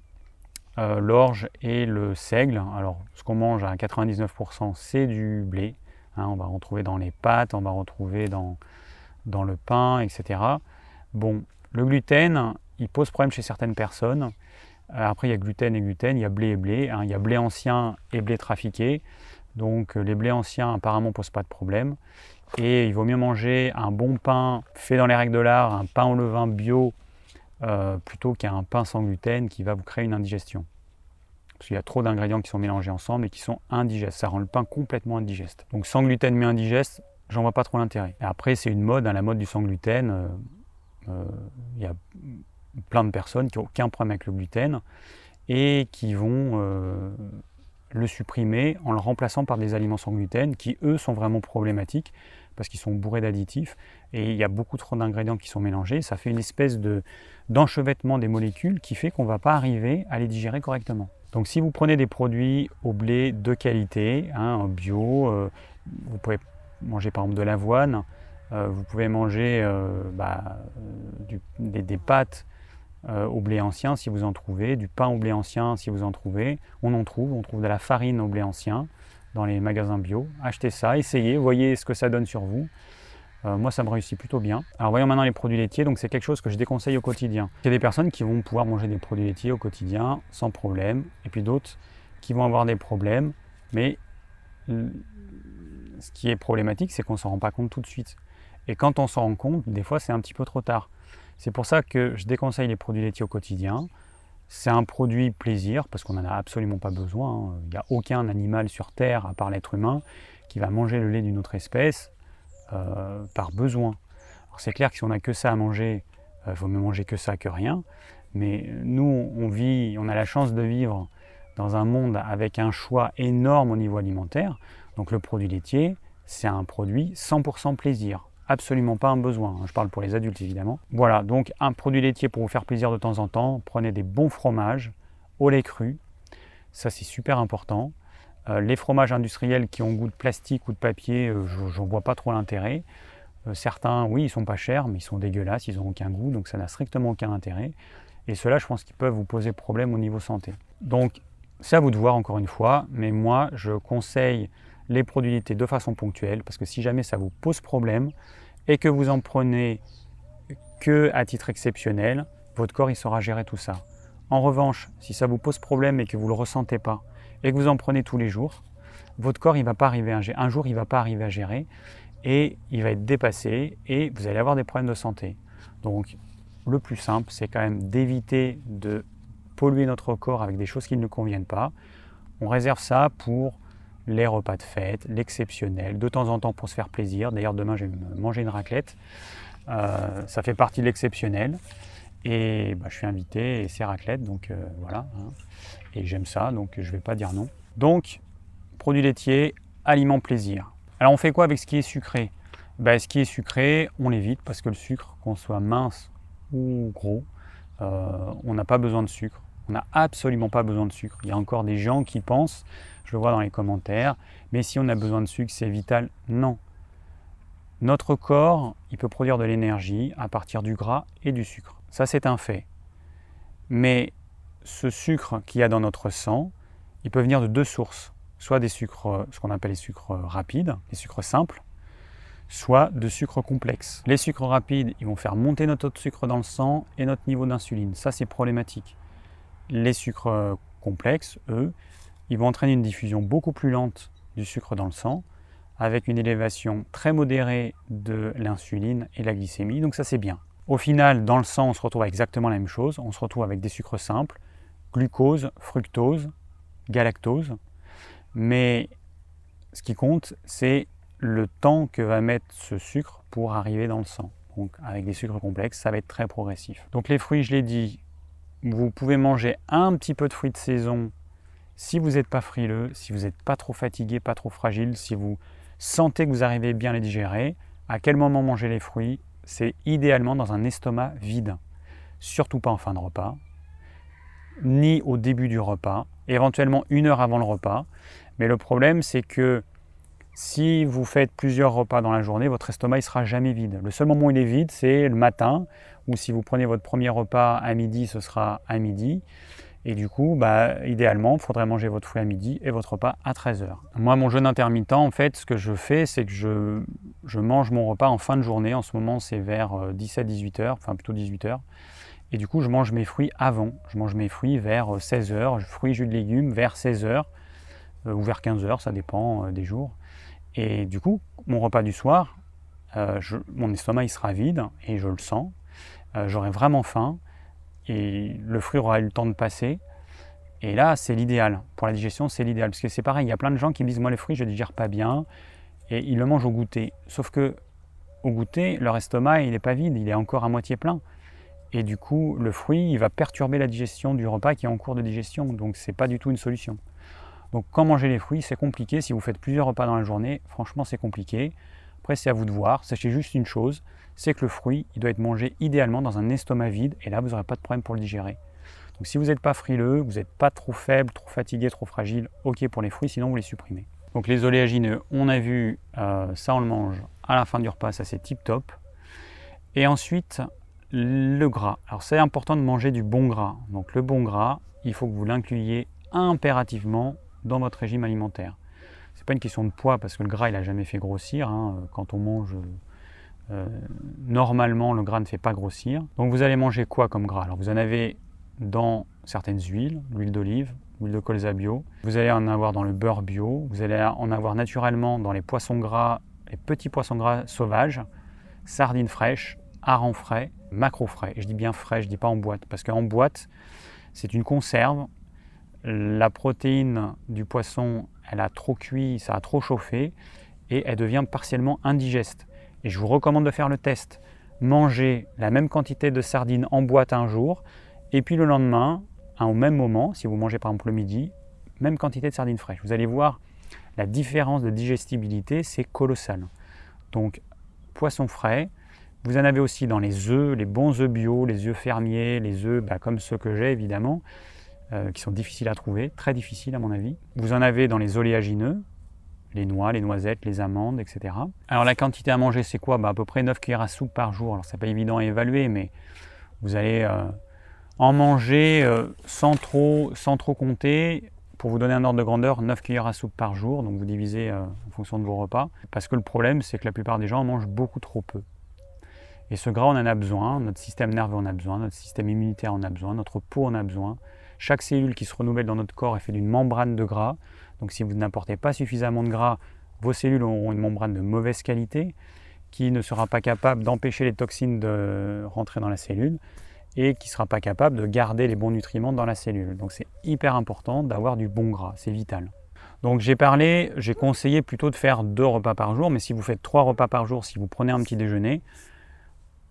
l'orge et le seigle. Alors, ce qu'on mange à 99%, c'est du blé. On va retrouver dans les pâtes, on va retrouver dans le pain, etc. Bon, le gluten, il pose problème chez certaines personnes. Après, il y a gluten et gluten, il y a blé et blé. Il y a blé ancien et blé trafiqué. Donc, les blés anciens, apparemment, ne posent pas de problème. Et il vaut mieux manger un bon pain fait dans les règles de l'art, un pain au levain bio, plutôt qu'un pain sans gluten qui va vous créer une indigestion. Parce qu'il y a trop d'ingrédients qui sont mélangés ensemble et qui sont indigestes. Ça rend le pain complètement indigeste. Donc sans gluten mais indigeste, j'en vois pas trop l'intérêt. Et après, c'est une mode, la mode du sans gluten. Il y a plein de personnes qui n'ont aucun problème avec le gluten et qui vont le supprimer en le remplaçant par des aliments sans gluten qui, eux, sont vraiment problématiques parce qu'ils sont bourrés d'additifs et il y a beaucoup trop d'ingrédients qui sont mélangés. Ça fait une espèce d'enchevêtrement des molécules qui fait qu'on ne va pas arriver à les digérer correctement. Donc si vous prenez des produits au blé de qualité, bio, vous pouvez manger par exemple de l'avoine, vous pouvez manger des pâtes au blé ancien si vous en trouvez, du pain au blé ancien si vous en trouvez. On trouve de la farine au blé ancien dans les magasins bio. Achetez ça, essayez, voyez ce que ça donne sur vous. Moi, ça me réussit plutôt bien. Alors voyons maintenant les produits laitiers, donc c'est quelque chose que je déconseille au quotidien. Il y a des personnes qui vont pouvoir manger des produits laitiers au quotidien sans problème, et puis d'autres qui vont avoir des problèmes, mais ce qui est problématique, c'est qu'on ne s'en rend pas compte tout de suite. Et quand on s'en rend compte, des fois, c'est un petit peu trop tard. C'est pour ça que je déconseille les produits laitiers au quotidien. C'est un produit plaisir, parce qu'on n'en a absolument pas besoin. Il n'y a aucun animal sur Terre, à part l'être humain, qui va manger le lait d'une autre espèce par besoin. Alors c'est clair que si on n'a que ça à manger, il vaut mieux manger que ça que rien. Mais nous, on a la chance de vivre dans un monde avec un choix énorme au niveau alimentaire. Donc le produit laitier, c'est un produit 100% plaisir. Absolument pas un besoin, je parle pour les adultes évidemment. Voilà, donc un produit laitier pour vous faire plaisir de temps en temps, prenez des bons fromages au lait cru, ça c'est super important. Les fromages industriels qui ont goût de plastique ou de papier, j'en vois pas trop l'intérêt. Certains, oui, ils sont pas chers, mais ils sont dégueulasses, ils n'ont aucun goût, donc ça n'a strictement aucun intérêt. Et ceux-là, je pense qu'ils peuvent vous poser problème au niveau santé. Donc, c'est à vous de voir encore une fois, mais moi, je conseille les produits laitiers de façon ponctuelle, parce que si jamais ça vous pose problème et que vous en prenez que à titre exceptionnel, votre corps il saura gérer tout ça. En revanche, si ça vous pose problème et que vous ne le ressentez pas et que vous en prenez tous les jours, votre corps il va pas arriver un jour il va pas arriver à gérer et il va être dépassé et vous allez avoir des problèmes de santé. Donc le plus simple, c'est quand même d'éviter de polluer notre corps avec des choses qui ne nous conviennent pas. On réserve ça pour les repas de fête, l'exceptionnel, de temps en temps pour se faire plaisir. D'ailleurs, demain, je vais me manger une raclette. Ça fait partie de l'exceptionnel. Et je suis invité et c'est raclette, donc voilà. Hein. Et j'aime ça, donc je ne vais pas dire non. Donc, produits laitiers, aliments plaisir. Alors on fait quoi avec ce qui est sucré? Ce qui est sucré, on l'évite parce que le sucre, qu'on soit mince ou gros, on n'a pas besoin de sucre. On n'a absolument pas besoin de sucre. Il y a encore des gens qui pensent, je le vois dans les commentaires, mais si on a besoin de sucre, c'est vital. Non. Notre corps, il peut produire de l'énergie à partir du gras et du sucre. Ça, c'est un fait. Mais ce sucre qu'il y a dans notre sang, il peut venir de deux sources. Soit des sucres, ce qu'on appelle les sucres rapides, les sucres simples, soit de sucres complexes. Les sucres rapides, ils vont faire monter notre taux de sucre dans le sang et notre niveau d'insuline. Ça, c'est problématique. Les sucres complexes, eux, ils vont entraîner une diffusion beaucoup plus lente du sucre dans le sang, avec une élévation très modérée de l'insuline et la glycémie. Donc ça, c'est bien. Au final, dans le sang, on se retrouve avec exactement la même chose. On se retrouve avec des sucres simples, glucose, fructose, galactose. Mais ce qui compte, c'est le temps que va mettre ce sucre pour arriver dans le sang. Donc avec des sucres complexes, ça va être très progressif. Donc les fruits, je l'ai dit, vous pouvez manger un petit peu de fruits de saison si vous n'êtes pas frileux, si vous n'êtes pas trop fatigué, pas trop fragile, si vous sentez que vous arrivez bien à les digérer. À quel moment manger les fruits? C'est idéalement dans un estomac vide. Surtout pas en fin de repas, ni au début du repas, éventuellement 1 heure avant le repas. Mais le problème, c'est que si vous faites plusieurs repas dans la journée, votre estomac ne sera jamais vide. Le seul moment où il est vide, c'est le matin, ou si vous prenez votre premier repas à midi, ce sera à midi. Et du coup, idéalement, il faudrait manger votre fruit à midi et votre repas à 13 h. Moi, mon jeûne intermittent, en fait, ce que je fais, c'est que je mange mon repas en fin de journée. En ce moment, c'est vers 17-18 h, enfin plutôt 18 h. Et du coup, je mange mes fruits avant. Je mange mes fruits vers 16 h, fruits, jus de légumes vers 16 h ou vers 15 h, ça dépend des jours. Et du coup, mon repas du soir, mon estomac il sera vide et je le sens. J'aurai vraiment faim. Et le fruit aura eu le temps de passer. Et là, c'est l'idéal. Pour la digestion, c'est l'idéal. Parce que c'est pareil, il y a plein de gens qui me disent « moi, le fruit, je ne digère pas bien ». Et ils le mangent au goûter. Sauf que au goûter, leur estomac, il n'est pas vide, il est encore à moitié plein. Et du coup, le fruit, il va perturber la digestion du repas qui est en cours de digestion. Donc, ce n'est pas du tout une solution. Donc, quand manger les fruits, c'est compliqué. Si vous faites plusieurs repas dans la journée, franchement, c'est compliqué. Après, c'est à vous de voir. Sachez juste une chose, c'est que le fruit, il doit être mangé idéalement dans un estomac vide. Et là, vous n'aurez pas de problème pour le digérer. Donc, si vous n'êtes pas frileux, vous n'êtes pas trop faible, trop fatigué, trop fragile, ok pour les fruits, sinon vous les supprimez. Donc, les oléagineux, on a vu, ça on le mange à la fin du repas, ça c'est tip top. Et ensuite, le gras. Alors, c'est important de manger du bon gras. Donc, le bon gras, il faut que vous l'incluiez impérativement dans votre régime alimentaire. C'est pas une question de poids parce que le gras il n'a jamais fait grossir. Hein. Quand on mange, normalement le gras ne fait pas grossir. Donc vous allez manger quoi comme gras? Alors vous en avez dans certaines huiles, l'huile d'olive, l'huile de colza bio. Vous allez en avoir dans le beurre bio. Vous allez en avoir naturellement dans les poissons gras, les petits poissons gras sauvages, sardines fraîches, harengs frais, maquereaux frais. Et je dis bien frais, je ne dis pas en boîte parce qu'en boîte c'est une conserve. La protéine du poisson, elle a trop cuit, ça a trop chauffé et elle devient partiellement indigeste. Et je vous recommande de faire le test. Mangez la même quantité de sardines en boîte un jour et puis le lendemain, au même moment, si vous mangez par exemple le midi, même quantité de sardines fraîches. Vous allez voir la différence de digestibilité, c'est colossal. Donc poisson frais, vous en avez aussi dans les œufs, les bons œufs bio, les œufs fermiers, les œufs comme ceux que j'ai évidemment. Qui sont difficiles à trouver, très difficiles à mon avis. Vous en avez dans les oléagineux, les noix, les noisettes, les amandes, etc. Alors la quantité à manger, c'est quoi? À peu près 9 cuillères à soupe par jour. Alors c'est pas évident à évaluer, mais vous allez en manger sans trop compter. Pour vous donner un ordre de grandeur, 9 cuillères à soupe par jour, donc vous divisez en fonction de vos repas. Parce que le problème, c'est que la plupart des gens en mangent beaucoup trop peu. Et ce gras, on en a besoin, notre système nerveux en a besoin, notre système immunitaire en a besoin, notre peau en a besoin. Chaque cellule qui se renouvelle dans notre corps est faite d'une membrane de gras. Donc si vous n'apportez pas suffisamment de gras, vos cellules auront une membrane de mauvaise qualité qui ne sera pas capable d'empêcher les toxines de rentrer dans la cellule et qui ne sera pas capable de garder les bons nutriments dans la cellule. Donc c'est hyper important d'avoir du bon gras, c'est vital. Donc j'ai conseillé plutôt de faire 2 repas par jour, mais si vous faites 3 repas par jour, si vous prenez un petit déjeuner,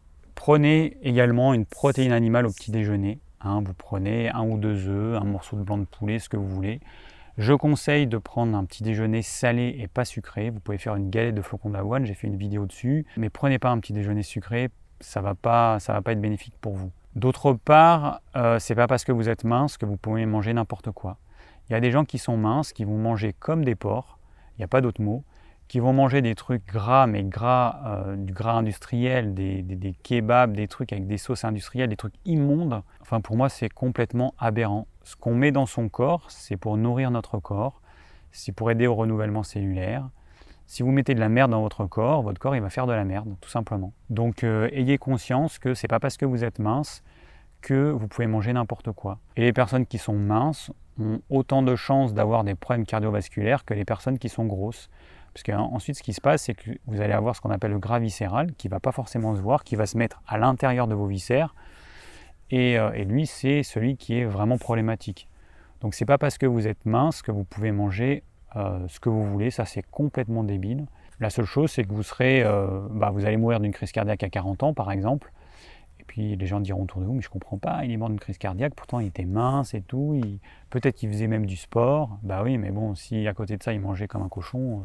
Prenez également une protéine animale au petit déjeuner. Vous prenez 1 ou 2 œufs, un morceau de blanc de poulet, ce que vous voulez. Je conseille de prendre un petit déjeuner salé et pas sucré. Vous pouvez faire une galette de flocons d'avoine, j'ai fait une vidéo dessus. Mais prenez pas un petit déjeuner sucré, ça va pas être bénéfique pour vous. D'autre part, c'est pas parce que vous êtes mince que vous pouvez manger n'importe quoi. Il y a des gens qui sont minces, qui vont manger comme des porcs, il n'y a pas d'autre mot, qui vont manger des trucs gras, mais gras, du gras industriel, des kebabs, des trucs avec des sauces industrielles, des trucs immondes. Enfin, pour moi, c'est complètement aberrant. Ce qu'on met dans son corps, c'est pour nourrir notre corps, c'est pour aider au renouvellement cellulaire. Si vous mettez de la merde dans votre corps il va faire de la merde, tout simplement. Donc, ayez conscience que c'est pas parce que vous êtes mince que vous pouvez manger n'importe quoi. Et les personnes qui sont minces ont autant de chances d'avoir des problèmes cardiovasculaires que les personnes qui sont grosses. Parce qu'ensuite, ce qui se passe, c'est que vous allez avoir ce qu'on appelle le gras viscéral, qui ne va pas forcément se voir, qui va se mettre à l'intérieur de vos viscères. Et lui, c'est celui qui est vraiment problématique. Donc, ce n'est pas parce que vous êtes mince que vous pouvez manger ce que vous voulez. Ça, c'est complètement débile. La seule chose, c'est que vous allez mourir d'une crise cardiaque à 40 ans, par exemple. Et puis, les gens diront autour de vous, mais je ne comprends pas, il est mort d'une crise cardiaque, pourtant il était mince et tout. Peut-être qu'il faisait même du sport. Bah oui, mais bon, si à côté de ça, il mangeait comme un cochon...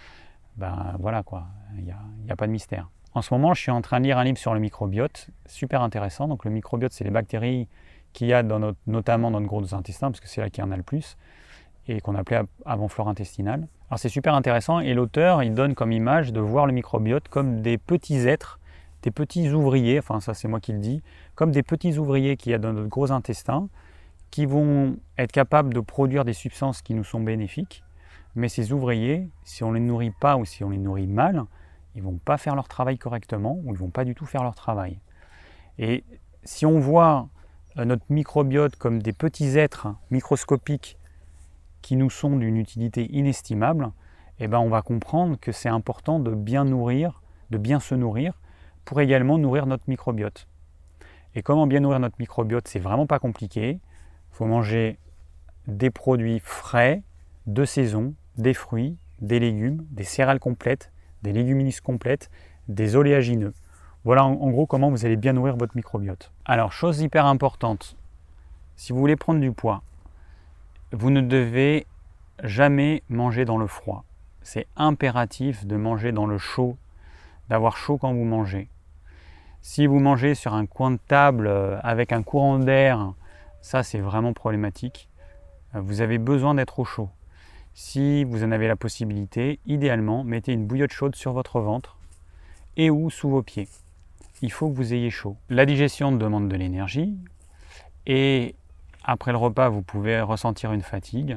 voilà quoi, il n'y a pas de mystère. En ce moment, je suis en train de lire un livre sur le microbiote, super intéressant. Donc le microbiote, c'est les bactéries qu'il y a notamment dans notre gros intestin, parce que c'est là qu'il y en a le plus, et qu'on appelait avant flore intestinale. Alors c'est super intéressant, et l'auteur, il donne comme image de voir le microbiote comme des petits êtres, des petits ouvriers, enfin ça c'est moi qui le dis, comme des petits ouvriers qu'il y a dans notre gros intestin, qui vont être capables de produire des substances qui nous sont bénéfiques. Mais ces ouvriers, si on ne les nourrit pas ou si on les nourrit mal, ils ne vont pas faire leur travail correctement ou ils ne vont pas du tout faire leur travail. Et si on voit notre microbiote comme des petits êtres microscopiques qui nous sont d'une utilité inestimable, on va comprendre que c'est important de bien se nourrir pour également nourrir notre microbiote. Et comment bien nourrir notre microbiote, c'est vraiment pas compliqué. Il faut manger des produits frais, de saison, des fruits, des légumes, des céréales complètes, des légumineuses complètes, des oléagineux. Voilà en gros comment vous allez bien nourrir votre microbiote. Alors, chose hyper importante, si vous voulez prendre du poids, vous ne devez jamais manger dans le froid. C'est impératif de manger dans le chaud, d'avoir chaud quand vous mangez. Si vous mangez sur un coin de table avec un courant d'air, ça c'est vraiment problématique. Vous avez besoin d'être au chaud. Si vous en avez la possibilité, idéalement, mettez une bouillotte chaude sur votre ventre et ou sous vos pieds. Il faut que vous ayez chaud. La digestion demande de l'énergie et après le repas, vous pouvez ressentir une fatigue.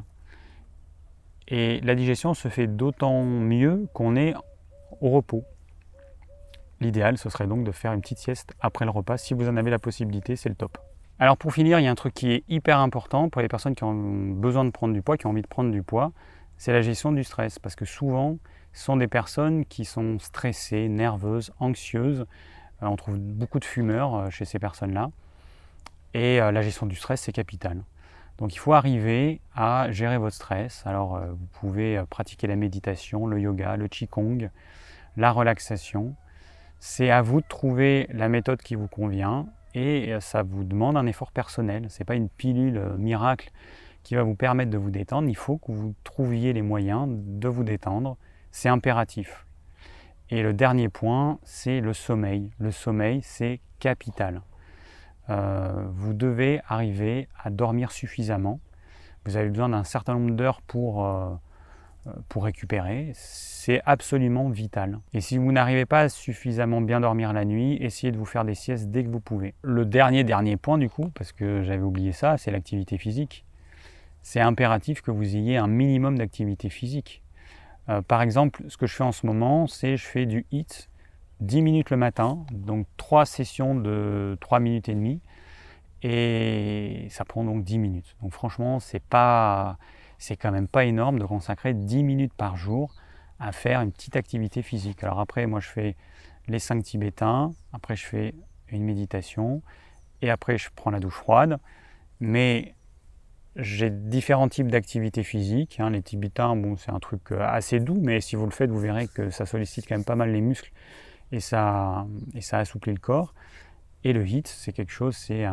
Et la digestion se fait d'autant mieux qu'on est au repos. L'idéal, ce serait donc de faire une petite sieste après le repas. Si vous en avez la possibilité, c'est le top. Alors pour finir, il y a un truc qui est hyper important pour les personnes qui ont besoin de prendre du poids, qui ont envie de prendre du poids, c'est la gestion du stress. Parce que souvent, ce sont des personnes qui sont stressées, nerveuses, anxieuses. On trouve beaucoup de fumeurs chez ces personnes-là. Et la gestion du stress, c'est capital. Donc il faut arriver à gérer votre stress. Alors vous pouvez pratiquer la méditation, le yoga, le qigong, la relaxation. C'est à vous de trouver la méthode qui vous convient. Et ça vous demande un effort personnel. Ce n'est pas une pilule miracle qui va vous permettre de vous détendre. Il faut que vous trouviez les moyens de vous détendre. C'est impératif. Et le dernier point, c'est le sommeil. Le sommeil, c'est capital. Vous devez arriver à dormir suffisamment. Vous avez besoin d'un certain nombre d'heures pour récupérer, c'est absolument vital. Et si vous n'arrivez pas à suffisamment bien dormir la nuit, essayez de vous faire des siestes dès que vous pouvez. Le dernier point du coup, parce que j'avais oublié ça, c'est l'activité physique. C'est impératif que vous ayez un minimum d'activité physique. Par exemple, ce que je fais en ce moment, c'est je fais du HIIT 10 minutes le matin, donc 3 sessions de 3 minutes et demie, et ça prend donc 10 minutes. Donc franchement, c'est quand même pas énorme de consacrer 10 minutes par jour à faire une petite activité physique. Alors après, moi je fais les 5 tibétains, après je fais une méditation, et après je prends la douche froide. Mais j'ai différents types d'activités physiques. Les tibétains, bon, c'est un truc assez doux, mais si vous le faites, vous verrez que ça sollicite quand même pas mal les muscles et ça assouplit le corps. Et le HIIT, c'est quelque chose, c'est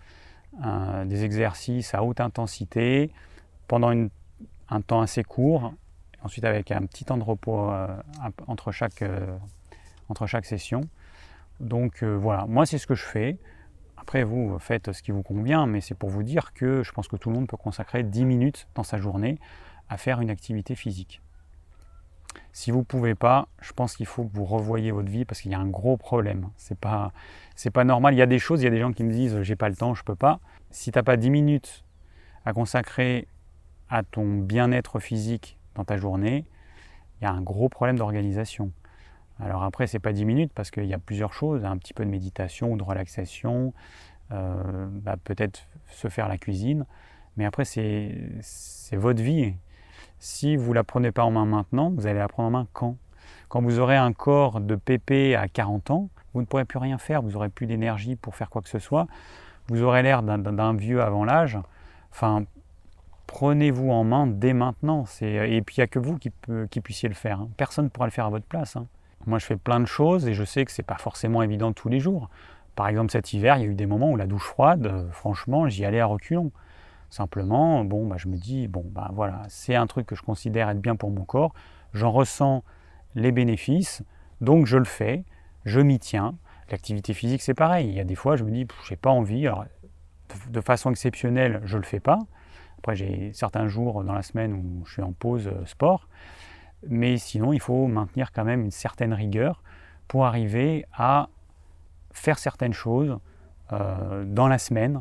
des exercices à haute intensité pendant un temps assez court, ensuite avec un petit temps de repos entre chaque session. Donc voilà, moi c'est ce que je fais. Après vous faites ce qui vous convient, mais c'est pour vous dire que je pense que tout le monde peut consacrer 10 minutes dans sa journée à faire une activité physique. Si vous ne pouvez pas, je pense qu'il faut que vous revoyiez votre vie parce qu'il y a un gros problème. C'est pas normal. Il y a des choses, il y a des gens qui me disent j'ai pas le temps, je peux pas. Si tu n'as pas 10 minutes à consacrer à ton bien-être physique dans ta journée, il y a un gros problème d'organisation. Alors après, c'est pas 10 minutes parce qu'il y a plusieurs choses, un petit peu de méditation ou de relaxation, peut-être se faire la cuisine, mais après c'est votre vie. Si vous ne la prenez pas en main maintenant, vous allez la prendre en main quand? Quand vous aurez un corps de pépé à 40 ans, vous ne pourrez plus rien faire, vous n'aurez plus d'énergie pour faire quoi que ce soit, vous aurez l'air d'un vieux avant l'âge. Enfin, prenez-vous en main dès maintenant. Et puis il n'y a que vous qui puissiez le faire. Hein. Personne ne pourra le faire à votre place. Hein. Moi je fais plein de choses et je sais que ce n'est pas forcément évident tous les jours. Par exemple cet hiver, il y a eu des moments où la douche froide, franchement, j'y allais à reculons. Simplement, je me dis, voilà, c'est un truc que je considère être bien pour mon corps, j'en ressens les bénéfices, donc je le fais, je m'y tiens. L'activité physique, c'est pareil. Il y a des fois, je me dis, j'ai pas envie, alors de façon exceptionnelle, je le fais pas. Après, j'ai certains jours dans la semaine où je suis en pause sport, mais sinon, il faut maintenir quand même une certaine rigueur pour arriver à faire certaines choses dans la semaine,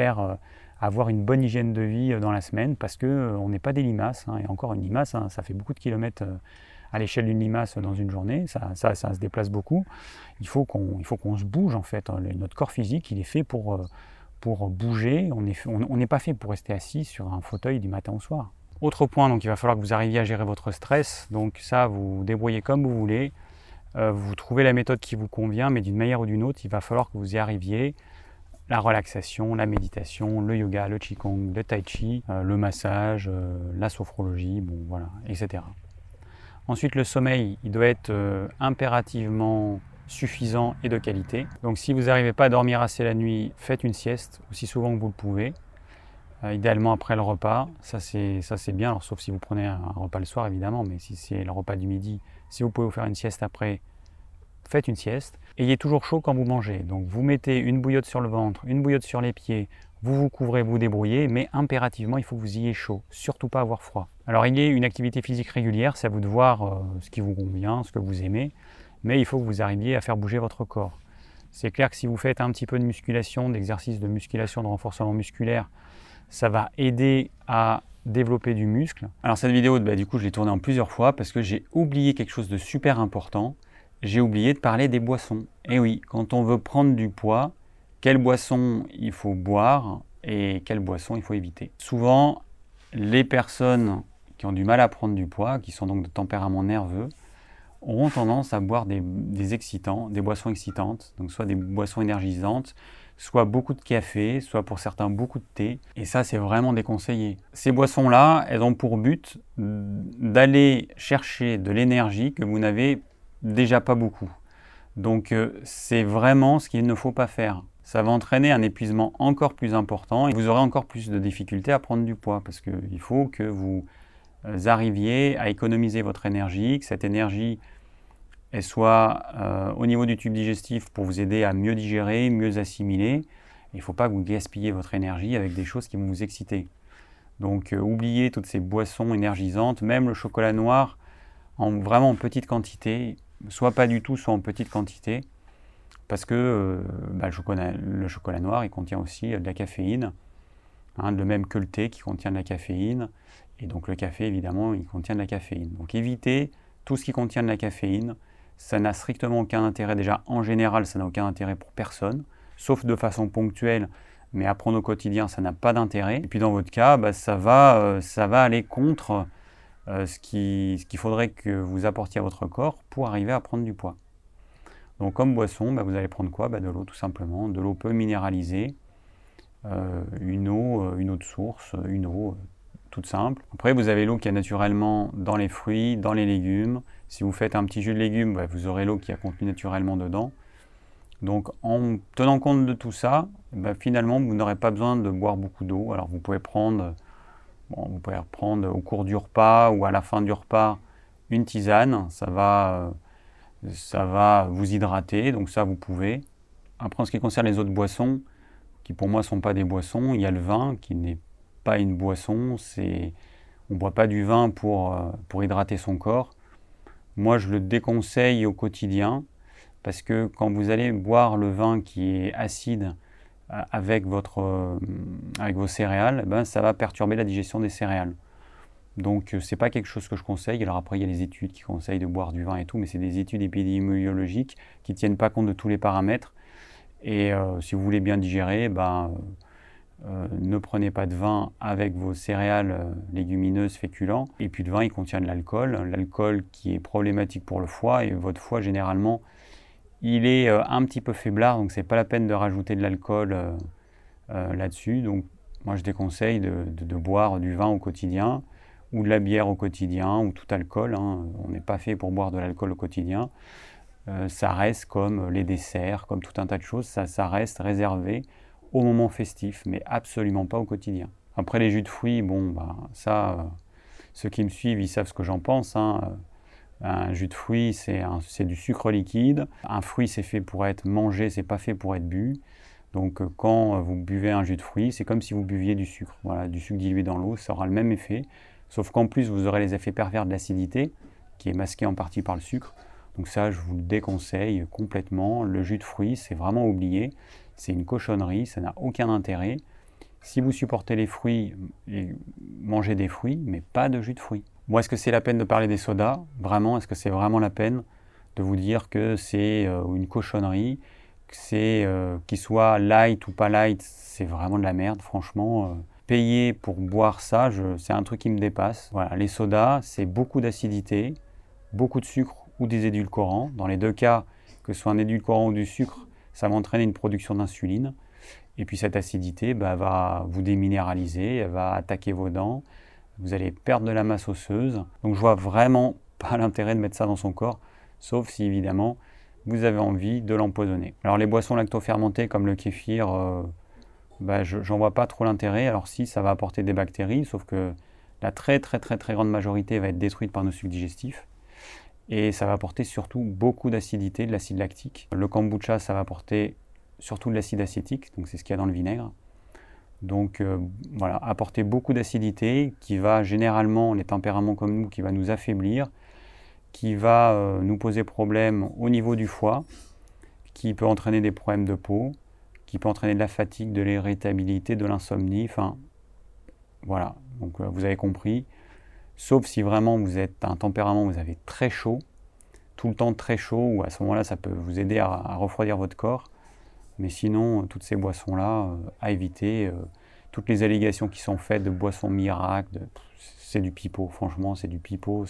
avoir une bonne hygiène de vie dans la semaine parce qu'on n'est pas des limaces. Hein, et encore une limace, ça fait beaucoup de kilomètres à l'échelle d'une limace dans une journée, ça se déplace beaucoup. Il faut qu'on se bouge en fait. Notre corps physique, il est fait pour bouger, on n'est pas fait pour rester assis sur un fauteuil du matin au soir. Autre point, donc il va falloir que vous arriviez à gérer votre stress, donc ça vous vous débrouillez comme vous voulez, vous trouvez la méthode qui vous convient, mais d'une manière ou d'une autre, il va falloir que vous y arriviez. La relaxation, la méditation, le yoga, le qigong, le tai chi, le massage, la sophrologie, etc. Ensuite, le sommeil, il doit être impérativement suffisant et de qualité. Donc si vous n'arrivez pas à dormir assez la nuit, faites une sieste aussi souvent que vous le pouvez. Idéalement après le repas, ça c'est bien, alors sauf si vous prenez un repas le soir évidemment, mais si c'est le repas du midi, si vous pouvez vous faire une sieste après, faites une sieste. Ayez toujours chaud quand vous mangez. Donc vous mettez une bouillotte sur le ventre, une bouillotte sur les pieds, vous vous couvrez, vous débrouillez, mais impérativement il faut que vous ayez chaud, surtout pas avoir froid. Alors il y a une activité physique régulière, c'est à vous de voir ce qui vous convient, ce que vous aimez, mais il faut que vous arriviez à faire bouger votre corps. C'est clair que si vous faites un petit peu de musculation, d'exercice de musculation, de renforcement musculaire, ça va aider à développer du muscle. Alors cette vidéo, du coup je l'ai tournée en plusieurs fois parce que j'ai oublié quelque chose de super important. J'ai oublié de parler des boissons. Et oui, quand on veut prendre du poids, quelle boisson il faut boire et quelle boisson il faut éviter. Souvent, les personnes qui ont du mal à prendre du poids, qui sont donc de tempérament nerveux, auront tendance à boire des excitants, des boissons excitantes, donc soit des boissons énergisantes, soit beaucoup de café, soit pour certains beaucoup de thé. Et ça, c'est vraiment déconseillé. Ces boissons-là, elles ont pour but d'aller chercher de l'énergie que vous n'avez déjà pas beaucoup. Donc c'est vraiment ce qu'il ne faut pas faire. Ça va entraîner un épuisement encore plus important et vous aurez encore plus de difficultés à prendre du poids parce qu'il faut que vous arriviez à économiser votre énergie, que cette énergie elle soit au niveau du tube digestif pour vous aider à mieux digérer, mieux assimiler. Il ne faut pas que vous gaspillez votre énergie avec des choses qui vont vous exciter. Donc oubliez toutes ces boissons énergisantes, même le chocolat noir vraiment en petite quantité, soit pas du tout, soit en petite quantité, parce que le chocolat noir, il contient aussi de la caféine, de même que le thé qui contient de la caféine, et donc le café, évidemment, il contient de la caféine. Donc évitez tout ce qui contient de la caféine, ça n'a strictement aucun intérêt, déjà en général, ça n'a aucun intérêt pour personne, sauf de façon ponctuelle, mais à prendre au quotidien, ça n'a pas d'intérêt. Et puis dans votre cas, ça va aller contre ce qu'il faudrait que vous apportiez à votre corps pour arriver à prendre du poids. Donc comme boisson, vous allez prendre quoi? De l'eau tout simplement, de l'eau peu minéralisée, une eau de source, une eau toute simple. Après, vous avez l'eau qui est naturellement dans les fruits, dans les légumes. Si vous faites un petit jus de légumes, bah, vous aurez l'eau qui est contenue naturellement dedans. Donc en tenant compte de tout ça, bah, finalement, vous n'aurez pas besoin de boire beaucoup d'eau. Alors vous pouvez prendre au cours du repas ou à la fin du repas une tisane. Ça va vous hydrater, donc ça vous pouvez. Après, en ce qui concerne les autres boissons, qui pour moi ne sont pas des boissons, il y a le vin qui n'est pas une boisson. On ne boit pas du vin pour hydrater son corps. Moi, je le déconseille au quotidien parce que quand vous allez boire le vin qui est acide avec vos céréales, ben, ça va perturber la digestion des céréales. Donc, ce n'est pas quelque chose que je conseille. Alors après, il y a les études qui conseillent de boire du vin et tout, mais c'est des études épidémiologiques qui ne tiennent pas compte de tous les paramètres. Et si vous voulez bien digérer, ne prenez pas de vin avec vos céréales légumineuses, féculents. Et puis le vin, il contient de l'alcool qui est problématique pour le foie. Et votre foie, généralement, il est un petit peu faiblard, donc ce n'est pas la peine de rajouter de l'alcool là-dessus. Donc moi, je déconseille de boire du vin au quotidien, ou de la bière au quotidien, ou tout alcool. Hein. On n'est pas fait pour boire de l'alcool au quotidien. Ça reste comme les desserts, comme tout un tas de choses, ça reste réservé au moment festif, mais absolument pas au quotidien. Après les jus de fruits, bon, ceux qui me suivent, ils savent ce que j'en pense. Hein. Un jus de fruits, c'est du sucre liquide. Un fruit, c'est fait pour être mangé, c'est pas fait pour être bu. Donc quand vous buvez un jus de fruits, c'est comme si vous buviez du sucre. Voilà, du sucre dilué dans l'eau, ça aura le même effet. Sauf qu'en plus, vous aurez les effets pervers de l'acidité, qui est masqué en partie par le sucre. Donc ça, je vous le déconseille complètement. Le jus de fruits, c'est vraiment oublié. C'est une cochonnerie, ça n'a aucun intérêt. Si vous supportez les fruits, mangez des fruits, mais pas de jus de fruits. Bon, est-ce que c'est la peine de parler des sodas? Vraiment, est-ce que c'est vraiment la peine de vous dire que c'est une cochonnerie, qu'il soit light ou pas light, c'est vraiment de la merde, franchement. Payer pour boire ça, c'est un truc qui me dépasse. Voilà, les sodas, c'est beaucoup d'acidité, beaucoup de sucre ou des édulcorants. Dans les deux cas, que ce soit un édulcorant ou du sucre, ça va entraîner une production d'insuline. Et puis cette acidité va vous déminéraliser, elle va attaquer vos dents, vous allez perdre de la masse osseuse. Donc je vois vraiment pas l'intérêt de mettre ça dans son corps, sauf si évidemment vous avez envie de l'empoisonner. Alors les boissons lactofermentées comme le kéfir, j'en vois pas trop l'intérêt. Alors si, ça va apporter des bactéries, sauf que la très grande majorité va être détruite par nos sucs digestifs. Et ça va apporter surtout beaucoup d'acidité, de l'acide lactique. Le kombucha, ça va apporter surtout de l'acide acétique, donc c'est ce qu'il y a dans le vinaigre. Donc voilà, apporter beaucoup d'acidité qui va généralement, les tempéraments comme nous, qui va nous affaiblir, qui va nous poser problème au niveau du foie, qui peut entraîner des problèmes de peau, qui peut entraîner de la fatigue, de l'irritabilité, de l'insomnie, enfin voilà, donc vous avez compris. Sauf si vraiment vous êtes un tempérament, vous avez très chaud, tout le temps très chaud, ou à ce moment-là, ça peut vous aider à refroidir votre corps. Mais sinon, toutes ces boissons-là, à éviter. Toutes les allégations qui sont faites de boissons miracles, c'est du pipeau. Franchement, c'est du pipeau.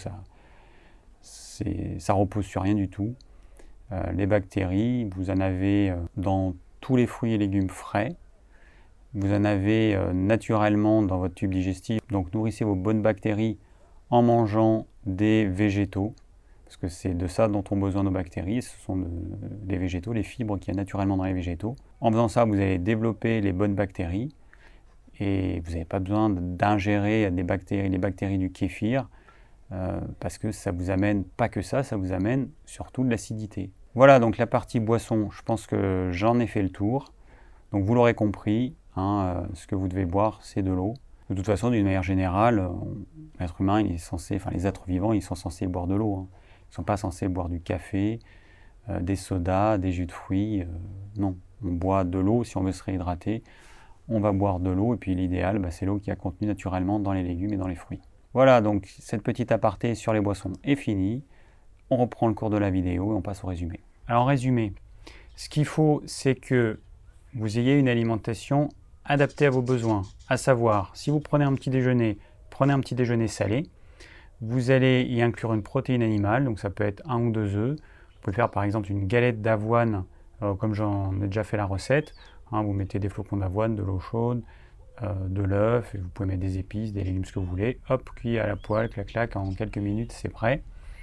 Ça repose sur rien du tout. Les bactéries, vous en avez dans tous les fruits et légumes frais. Vous en avez naturellement dans votre tube digestif. Donc nourrissez vos bonnes bactéries en mangeant des végétaux, parce que c'est de ça dont ont besoin nos bactéries, ce sont des végétaux, les fibres qu'il y a naturellement dans les végétaux. En faisant ça, vous allez développer les bonnes bactéries, et vous n'avez pas besoin d'ingérer les bactéries du kéfir, parce que ça vous amène, pas que ça vous amène surtout de l'acidité. Voilà, donc la partie boisson, je pense que j'en ai fait le tour. Donc vous l'aurez compris, ce que vous devez boire, c'est de l'eau. De toute façon, d'une manière générale, l'être humain, les êtres vivants, ils sont censés boire de l'eau. Ils ne sont pas censés boire du café, des sodas, des jus de fruits. Non, on boit de l'eau si on veut se réhydrater. On va boire de l'eau et puis l'idéal, c'est l'eau qui est contenue naturellement dans les légumes et dans les fruits. Voilà, donc cette petite aparté sur les boissons est finie. On reprend le cours de la vidéo et on passe au résumé. Alors en résumé, ce qu'il faut, c'est que vous ayez une alimentation adaptée à vos besoins, à savoir, si vous prenez un petit déjeuner, prenez un petit déjeuner salé. Vous allez y inclure une protéine animale, donc ça peut être 1 ou 2 œufs. Vous pouvez faire par exemple une galette d'avoine, comme j'en ai déjà fait la recette. Vous mettez des flocons d'avoine, de l'eau chaude, de l'œuf, et vous pouvez mettre des épices, des légumes, ce que vous voulez. Hop, cuit à la poêle, clac clac, en quelques minutes, c'est prêt.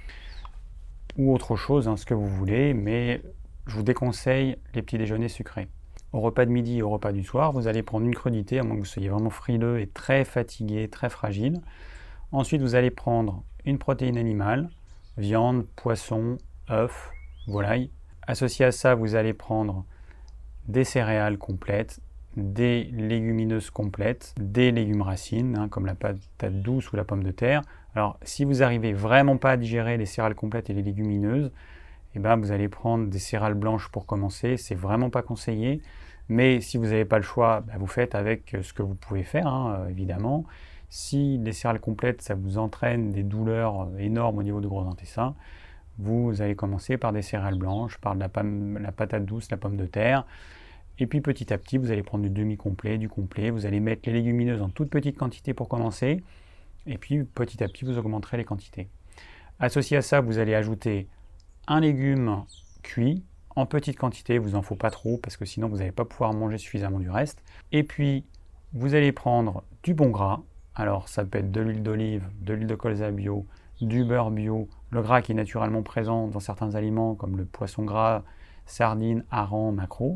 Ou autre chose, hein, ce que vous voulez, mais je vous déconseille les petits déjeuners sucrés. Au repas de midi et au repas du soir, vous allez prendre une crudité, à moins que vous soyez vraiment frileux et très fatigué, très fragile. Ensuite, vous allez prendre une protéine animale, viande, poisson, œuf, volaille. Associé à ça, vous allez prendre des céréales complètes, des légumineuses complètes, des légumes racines, hein, comme la patate douce ou la pomme de terre. Alors, si vous n'arrivez vraiment pas à digérer les céréales complètes et les légumineuses, eh ben, vous allez prendre des céréales blanches pour commencer. C'est vraiment pas conseillé. Mais si vous n'avez pas le choix, ben, vous faites avec ce que vous pouvez faire, hein, évidemment. Si les céréales complètes, ça vous entraîne des douleurs énormes au niveau du gros intestin, vous allez commencer par des céréales blanches, par la patate douce, la pomme de terre. Et puis petit à petit, vous allez prendre du demi-complet, du complet. Vous allez mettre les légumineuses en toute petite quantité pour commencer. Et puis petit à petit, vous augmenterez les quantités. Associé à ça, vous allez ajouter un légume cuit en petite quantité. Vous n'en faut pas trop parce que sinon, vous n'allez pas pouvoir manger suffisamment du reste. Et puis, vous allez prendre du bon gras. Alors, ça peut être de l'huile d'olive, de l'huile de colza bio, du beurre bio, le gras qui est naturellement présent dans certains aliments comme le poisson gras, sardines, harengs, maquereaux.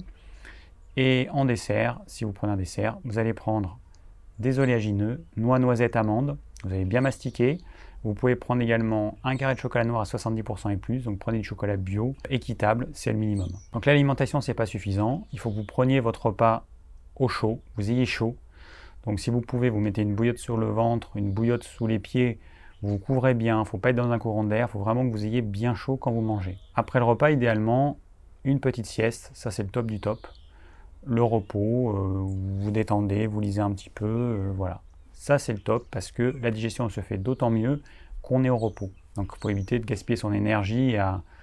Et en dessert, si vous prenez un dessert, vous allez prendre des oléagineux, noix, noisettes, amandes. Vous allez bien mastiquer. Vous pouvez prendre également un carré de chocolat noir à 70% et plus. Donc prenez du chocolat bio, équitable, c'est le minimum. Donc l'alimentation, c'est pas suffisant. Il faut que vous preniez votre repas au chaud, vous ayez chaud. Donc si vous pouvez, vous mettez une bouillotte sur le ventre, une bouillotte sous les pieds. Vous vous couvrez bien, il ne faut pas être dans un courant d'air. Il faut vraiment que vous ayez bien chaud quand vous mangez. Après le repas, idéalement, une petite sieste. Ça, c'est le top du top. Le repos, vous vous détendez, vous lisez un petit peu, voilà. Ça, c'est le top parce que la digestion se fait d'autant mieux qu'on est au repos. Donc, il faut éviter de gaspiller son énergie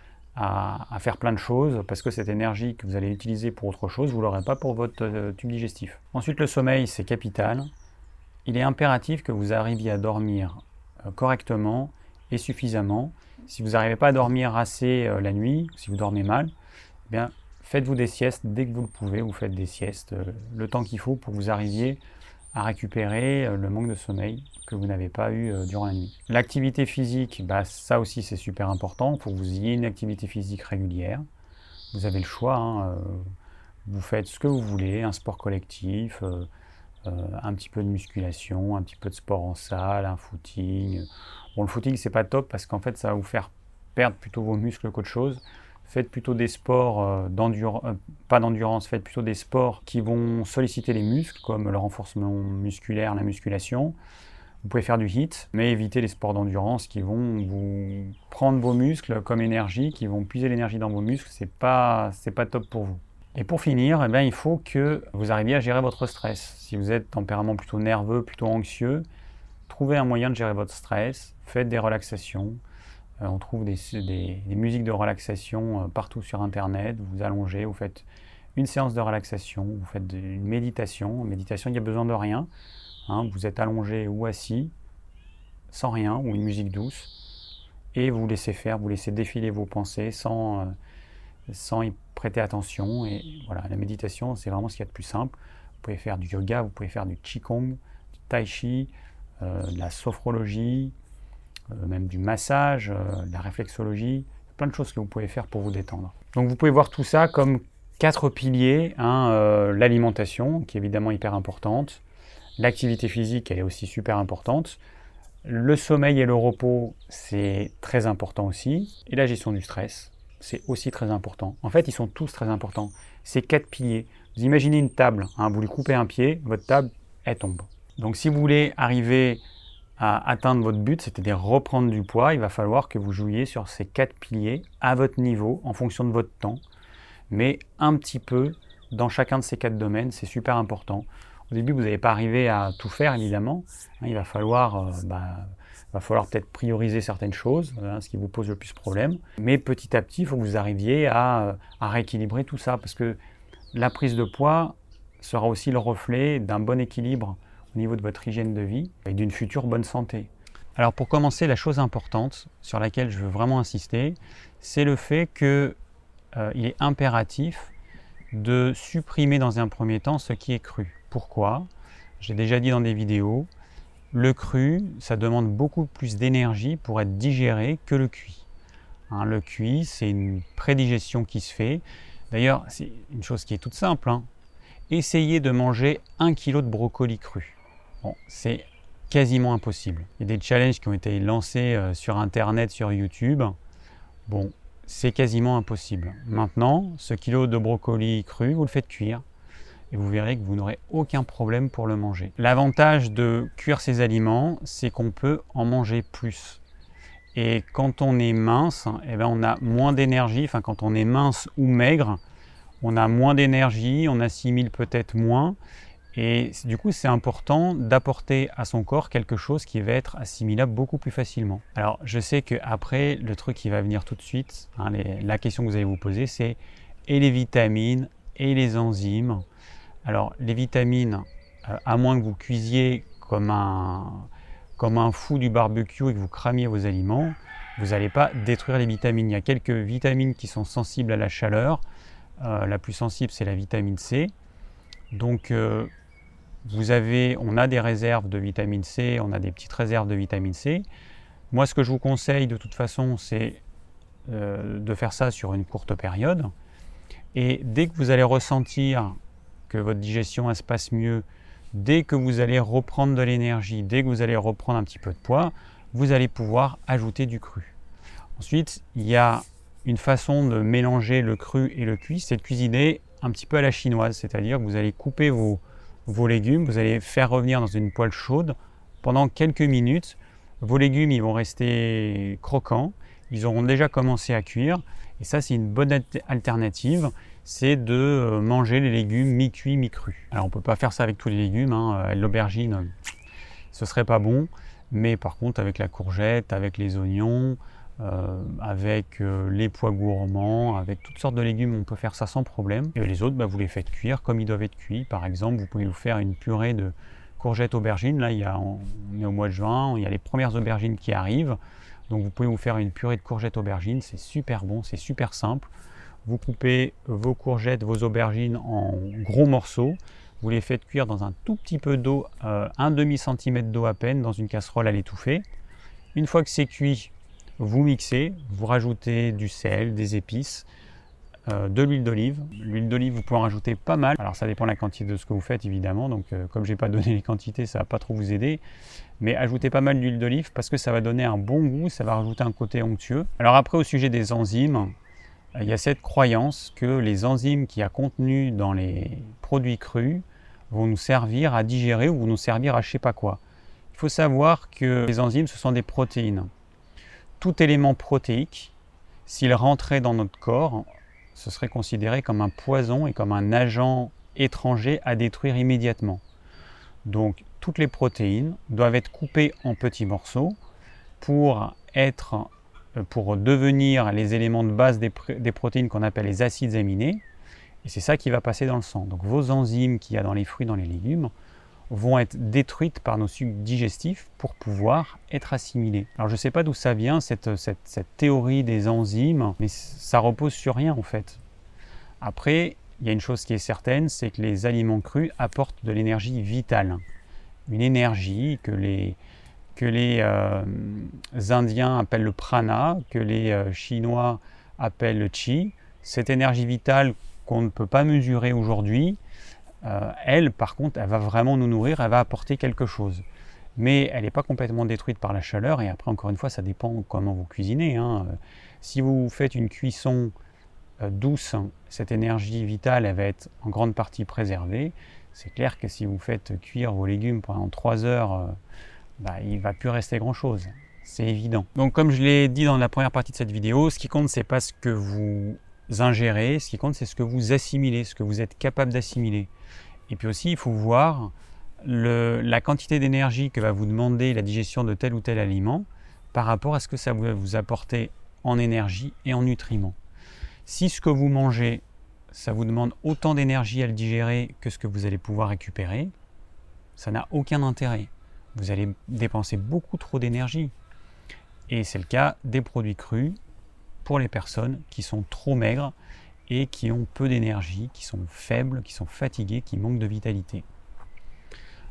à faire plein de choses parce que cette énergie que vous allez utiliser pour autre chose, vous ne l'aurez pas pour votre tube digestif. Ensuite, le sommeil, c'est capital. Il est impératif que vous arriviez à dormir correctement et suffisamment. Si vous n'arrivez pas à dormir assez la nuit, si vous dormez mal, eh bien, faites-vous des siestes dès que vous le pouvez, vous faites des siestes, le temps qu'il faut pour que vous arriviez à récupérer le manque de sommeil que vous n'avez pas eu durant la nuit. L'activité physique, bah, ça aussi c'est super important, il faut que vous ayez une activité physique régulière. Vous avez le choix, hein, vous faites ce que vous voulez, un sport collectif, un petit peu de musculation, un petit peu de sport en salle, un footing. Bon, le footing c'est pas top parce qu'en fait ça va vous faire perdre plutôt vos muscles qu'autre chose. Faites plutôt des sports pas d'endurance, faites plutôt des sports qui vont solliciter les muscles, comme le renforcement musculaire, la musculation. Vous pouvez faire du HIIT, mais évitez les sports d'endurance qui vont vous prendre vos muscles comme énergie, qui vont puiser l'énergie dans vos muscles. C'est pas top pour vous. Et pour finir, eh bien, il faut que vous arriviez à gérer votre stress. Si vous êtes tempérament plutôt nerveux, plutôt anxieux, trouvez un moyen de gérer votre stress, faites des relaxations. On trouve des musiques de relaxation partout sur Internet. Vous allongez, vous faites une séance de relaxation, vous faites une méditation. En méditation, il n'y a besoin de rien. Hein, vous êtes allongé ou assis, sans rien, ou une musique douce, et vous laissez faire, vous laissez défiler vos pensées sans y prêter attention. Et voilà, la méditation, c'est vraiment ce qu'il y a de plus simple. Vous pouvez faire du yoga, vous pouvez faire du qigong, du tai chi, de la sophrologie, même du massage, de la réflexologie, plein de choses que vous pouvez faire pour vous détendre. Donc vous pouvez voir tout ça comme 4 piliers, hein, l'alimentation qui est évidemment hyper importante, l'activité physique elle est aussi super importante, le sommeil et le repos c'est très important aussi, et la gestion du stress c'est aussi très important. En fait ils sont tous très importants, ces 4 piliers. Vous imaginez une table, hein, vous lui coupez un pied, votre table elle tombe. Donc si vous voulez arriver à atteindre votre but, c'est-à-dire reprendre du poids, il va falloir que vous jouiez sur ces 4 piliers à votre niveau, en fonction de votre temps, mais un petit peu dans chacun de ces 4 domaines, c'est super important. Au début, vous n'allez pas arriver à tout faire, évidemment. Il va falloir peut-être prioriser certaines choses, ce qui vous pose le plus problème. Mais petit à petit, il faut que vous arriviez à rééquilibrer tout ça, parce que la prise de poids sera aussi le reflet d'un bon équilibre au niveau de votre hygiène de vie et d'une future bonne santé. Alors pour commencer, la chose importante sur laquelle je veux vraiment insister, c'est le fait qu'il est impératif de supprimer dans un premier temps ce qui est cru. Pourquoi ? j'ai déjà dit dans des vidéos, le cru, ça demande beaucoup plus d'énergie pour être digéré que le cuit. Hein, le cuit, c'est une prédigestion qui se fait. D'ailleurs, c'est une chose qui est toute simple. Hein. Essayez de manger 1 kg de brocoli cru. Bon, c'est quasiment impossible. Il y a des challenges qui ont été lancés sur Internet, sur YouTube. Bon, c'est quasiment impossible. Maintenant, ce kilo de brocoli cru, vous le faites cuire et vous verrez que vous n'aurez aucun problème pour le manger. L'avantage de cuire ces aliments, c'est qu'on peut en manger plus. Et quand on est mince, eh ben on a moins d'énergie. Enfin, quand on est mince ou maigre, on a moins d'énergie, on assimile peut-être moins. Et du coup, c'est important d'apporter à son corps quelque chose qui va être assimilable beaucoup plus facilement. Alors, je sais qu'après, le truc qui va venir tout de suite, hein, la question que vous allez vous poser, c'est et les vitamines et les enzymes. Alors, les vitamines, à moins que vous cuisiez comme un fou du barbecue et que vous cramiez vos aliments, vous n'allez pas détruire les vitamines. Il y a quelques vitamines qui sont sensibles à la chaleur. La plus sensible, c'est la vitamine C. Donc, on a des réserves de vitamine C, on a des petites réserves de vitamine C. Moi, ce que je vous conseille de toute façon, c'est de faire ça sur une courte période. Et dès que vous allez ressentir que votre digestion elle se passe mieux, dès que vous allez reprendre de l'énergie, dès que vous allez reprendre un petit peu de poids, vous allez pouvoir ajouter du cru. Ensuite, il y a une façon de mélanger le cru et le cuit, c'est de cuisiner un petit peu à la chinoise, c'est-à-dire que vous allez couper vos légumes, vous allez faire revenir dans une poêle chaude pendant quelques minutes. Vos légumes, ils vont rester croquants, ils auront déjà commencé à cuire, et ça, c'est une bonne alternative, c'est de manger les légumes mi-cuits, mi-crus. Alors, on ne peut pas faire ça avec tous les légumes, hein. L'aubergine, ce serait pas bon, mais par contre, avec la courgette, avec les oignons, avec les pois gourmands, avec toutes sortes de légumes, on peut faire ça sans problème. Et les autres, vous les faites cuire comme ils doivent être cuits. Par exemple, vous pouvez vous faire une purée de courgettes aubergines. Là, on est au mois de juin, il y a les premières aubergines qui arrivent. Donc vous pouvez vous faire une purée de courgettes aubergines, c'est super bon, c'est super simple. Vous coupez vos courgettes, vos aubergines en gros morceaux. Vous les faites cuire dans un tout petit peu d'eau, un demi-centimètre d'eau à peine, dans une casserole à l'étouffer. Une fois que c'est cuit, vous mixez, vous rajoutez du sel, des épices, de l'huile d'olive. L'huile d'olive, vous pouvez en rajouter pas mal. Alors ça dépend de la quantité de ce que vous faites évidemment, donc comme je n'ai pas donné les quantités, ça ne va pas trop vous aider. Mais ajoutez pas mal d'huile d'olive parce que ça va donner un bon goût, ça va rajouter un côté onctueux. Alors après, au sujet des enzymes, il y a cette croyance que les enzymes qu'il y a contenues dans les produits crus vont nous servir à digérer ou vont nous servir à je ne sais pas quoi. Il faut savoir que les enzymes, ce sont des protéines. Tout élément protéique, s'il rentrait dans notre corps, ce serait considéré comme un poison et comme un agent étranger à détruire immédiatement. Donc, toutes les protéines doivent être coupées en petits morceaux pour devenir les éléments de base des protéines qu'on appelle les acides aminés. Et c'est ça qui va passer dans le sang. Donc, vos enzymes qu'il y a dans les fruits, dans les légumes, vont être détruites par nos sucs digestifs pour pouvoir être assimilées. Alors je ne sais pas d'où ça vient, cette théorie des enzymes, mais ça repose sur rien en fait. Après, il y a une chose qui est certaine, c'est que les aliments crus apportent de l'énergie vitale. Une énergie que les Indiens appellent le prana, que les Chinois appellent le qi. Cette énergie vitale qu'on ne peut pas mesurer aujourd'hui, elle, par contre, elle va vraiment nous nourrir, elle va apporter quelque chose. Mais elle n'est pas complètement détruite par la chaleur. Et après, encore une fois, ça dépend comment vous cuisinez. Si vous faites une cuisson douce, cette énergie vitale, elle va être en grande partie préservée. C'est clair que si vous faites cuire vos légumes pendant 3 heures, il ne va plus rester grand-chose. C'est évident. Donc, comme je l'ai dit dans la première partie de cette vidéo, ce qui compte, ce n'est pas ce que vous ingérez, ce qui compte, c'est ce que vous assimilez, ce que vous êtes capable d'assimiler. Et puis aussi, il faut voir la quantité d'énergie que va vous demander la digestion de tel ou tel aliment par rapport à ce que ça va vous apporter en énergie et en nutriments. Si ce que vous mangez, ça vous demande autant d'énergie à le digérer que ce que vous allez pouvoir récupérer, ça n'a aucun intérêt. Vous allez dépenser beaucoup trop d'énergie. Et c'est le cas des produits crus pour les personnes qui sont trop maigres et qui ont peu d'énergie, qui sont faibles, qui sont fatiguées, qui manquent de vitalité.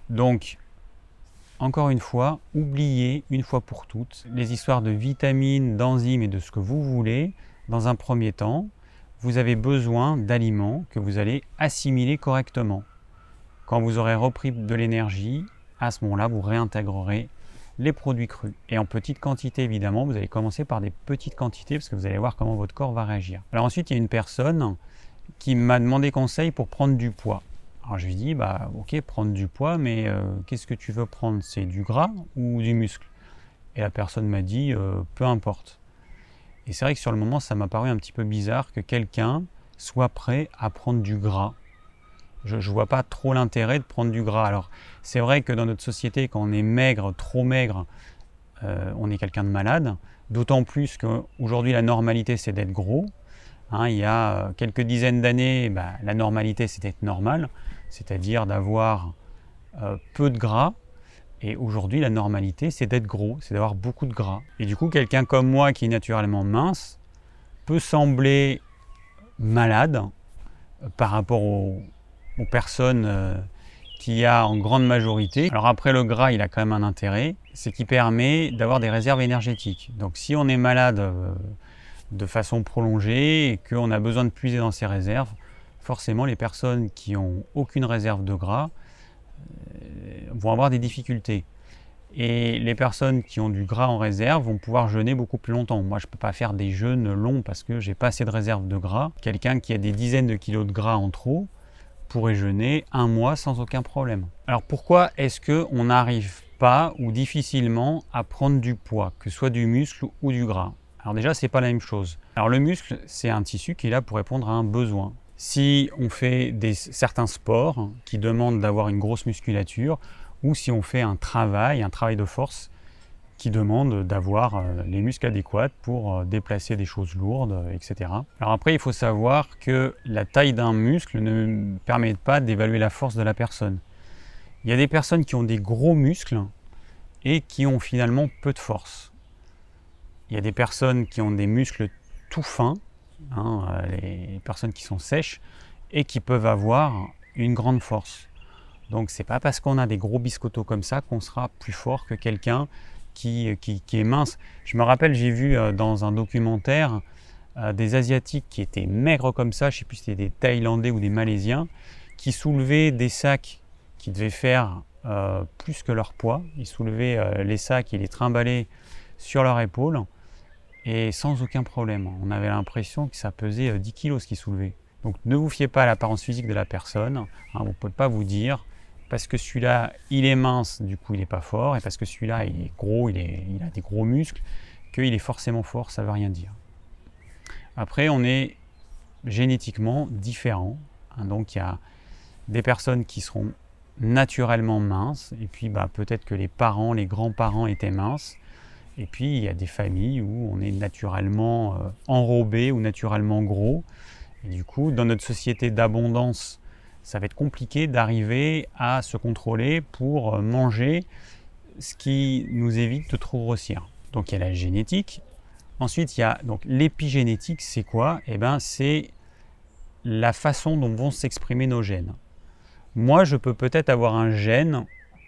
Donc, encore une fois, oubliez une fois pour toutes les histoires de vitamines, d'enzymes et de ce que vous voulez. Dans un premier temps, vous avez besoin d'aliments que vous allez assimiler correctement. Quand vous aurez repris de l'énergie, à ce moment-là, vous réintégrerez les produits crus. Et en petite quantité, évidemment, vous allez commencer par des petites quantités parce que vous allez voir comment votre corps va réagir. Alors ensuite, il y a une personne qui m'a demandé conseil pour prendre du poids. Alors je lui dis, bah ok, prendre du poids, mais qu'est-ce que tu veux prendre? C'est du gras ou du muscle? Et la personne m'a dit, peu importe. Et c'est vrai que sur le moment, ça m'a paru un petit peu bizarre que quelqu'un soit prêt à prendre du gras. Je ne vois pas trop l'intérêt de prendre du gras. Alors, c'est vrai que dans notre société, quand on est maigre, trop maigre, on est quelqu'un de malade. D'autant plus qu'aujourd'hui, la normalité, c'est d'être gros. Hein, il y a quelques dizaines d'années, la normalité, c'était d'être normal, c'est-à-dire d'avoir peu de gras. Et aujourd'hui, la normalité, c'est d'être gros, c'est d'avoir beaucoup de gras. Et du coup, quelqu'un comme moi qui est naturellement mince peut sembler malade par rapport aux personnes qu'il y a en grande majorité. Alors après, le gras, il a quand même un intérêt, c'est qu'il permet d'avoir des réserves énergétiques. Donc si on est malade de façon prolongée et qu'on a besoin de puiser dans ses réserves, forcément, les personnes qui n'ont aucune réserve de gras vont avoir des difficultés. Et les personnes qui ont du gras en réserve vont pouvoir jeûner beaucoup plus longtemps. Moi, je ne peux pas faire des jeûnes longs parce que je n'ai pas assez de réserve de gras. Quelqu'un qui a des dizaines de kilos de gras en trop pourrait jeûner un mois sans aucun problème. Alors pourquoi est-ce qu'on n'arrive pas ou difficilement à prendre du poids, que ce soit du muscle ou du gras? Alors déjà, ce n'est pas la même chose. Alors le muscle, c'est un tissu qui est là pour répondre à un besoin. Si on fait certains sports qui demandent d'avoir une grosse musculature, ou si on fait un travail de force qui demande d'avoir les muscles adéquats pour déplacer des choses lourdes, etc. Alors après, il faut savoir que la taille d'un muscle ne permet pas d'évaluer la force de la personne. Il y a des personnes qui ont des gros muscles et qui ont finalement peu de force. Il y a des personnes qui ont des muscles tout fins, les personnes qui sont sèches, et qui peuvent avoir une grande force. Donc c'est pas parce qu'on a des gros biscottos comme ça qu'on sera plus fort que quelqu'un qui est mince. Je me rappelle, j'ai vu dans un documentaire des Asiatiques qui étaient maigres comme ça, je ne sais plus si c'était des Thaïlandais ou des Malaisiens, qui soulevaient des sacs qui devaient faire plus que leur poids. Ils soulevaient les sacs et les trimballaient sur leur épaule et sans aucun problème. On avait l'impression que ça pesait 10 kilos ce qu'ils soulevaient. Donc ne vous fiez pas à l'apparence physique de la personne. Vous ne pouvez pas vous dire parce que celui-là, il est mince, du coup il n'est pas fort, et parce que celui-là, il est gros, il a des gros muscles, qu'il est forcément fort, ça ne veut rien dire. Après, on est génétiquement différents. Donc il y a des personnes qui seront naturellement minces, et puis peut-être que les parents, les grands-parents étaient minces, et puis il y a des familles où on est naturellement enrobé ou naturellement gros. Et du coup, dans notre société d'abondance, ça va être compliqué d'arriver à se contrôler pour manger ce qui nous évite de trop grossir. Donc il y a la génétique. Ensuite, il y a donc l'épigénétique, c'est quoi? C'est la façon dont vont s'exprimer nos gènes. Moi, je peux peut-être avoir un gène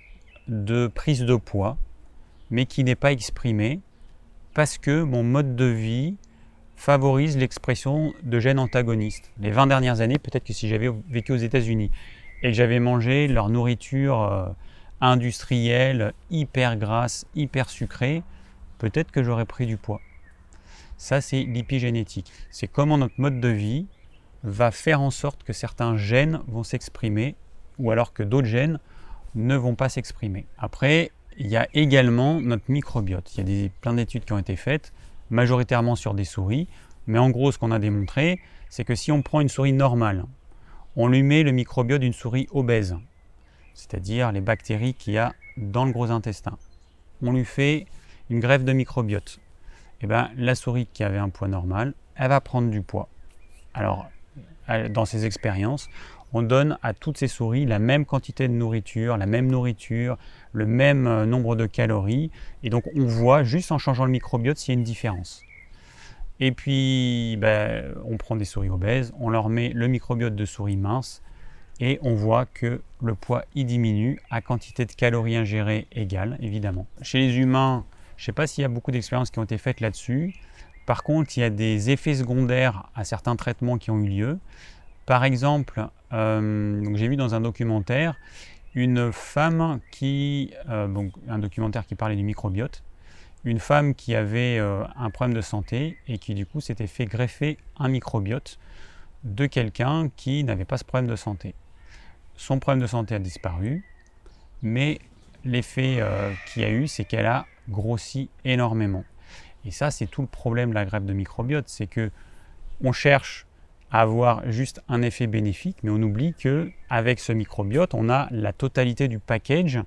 de prise de poids, mais qui n'est pas exprimé parce que mon mode de vie favorise l'expression de gènes antagonistes. Les 20 dernières années, peut-être que si j'avais vécu aux États-Unis et que j'avais mangé leur nourriture industrielle, hyper grasse, hyper sucrée, peut-être que j'aurais pris du poids. Ça, c'est l'épigénétique. C'est comment notre mode de vie va faire en sorte que certains gènes vont s'exprimer ou alors que d'autres gènes ne vont pas s'exprimer. Après, il y a également notre microbiote. Il y a plein d'études qui ont été faites, majoritairement sur des souris, mais en gros ce qu'on a démontré, c'est que si on prend une souris normale, on lui met le microbiote d'une souris obèse, c'est-à-dire les bactéries qu'il y a dans le gros intestin. On lui fait une greffe de microbiote. La souris qui avait un poids normal, elle va prendre du poids. Alors, dans ces expériences, on donne à toutes ces souris la même quantité de nourriture, la même nourriture, le même nombre de calories. Et donc, on voit juste en changeant le microbiote s'il y a une différence. Et puis, on prend des souris obèses, on leur met le microbiote de souris minces. et on voit que le poids y diminue à quantité de calories ingérées égale, évidemment. Chez les humains, je ne sais pas s'il y a beaucoup d'expériences qui ont été faites là-dessus. Par contre, il y a des effets secondaires à certains traitements qui ont eu lieu. Par exemple, j'ai vu dans un documentaire une femme un documentaire qui parlait du microbiote, une femme qui avait un problème de santé et qui du coup s'était fait greffer un microbiote de quelqu'un qui n'avait pas ce problème de santé. Son problème de santé a disparu, mais l'effet qu'il y a eu, c'est qu'elle a grossi énormément. Et ça, c'est tout le problème de la greffe de microbiote, c'est que on cherche à avoir juste un effet bénéfique, mais on oublie qu'avec ce microbiote, on a la totalité du package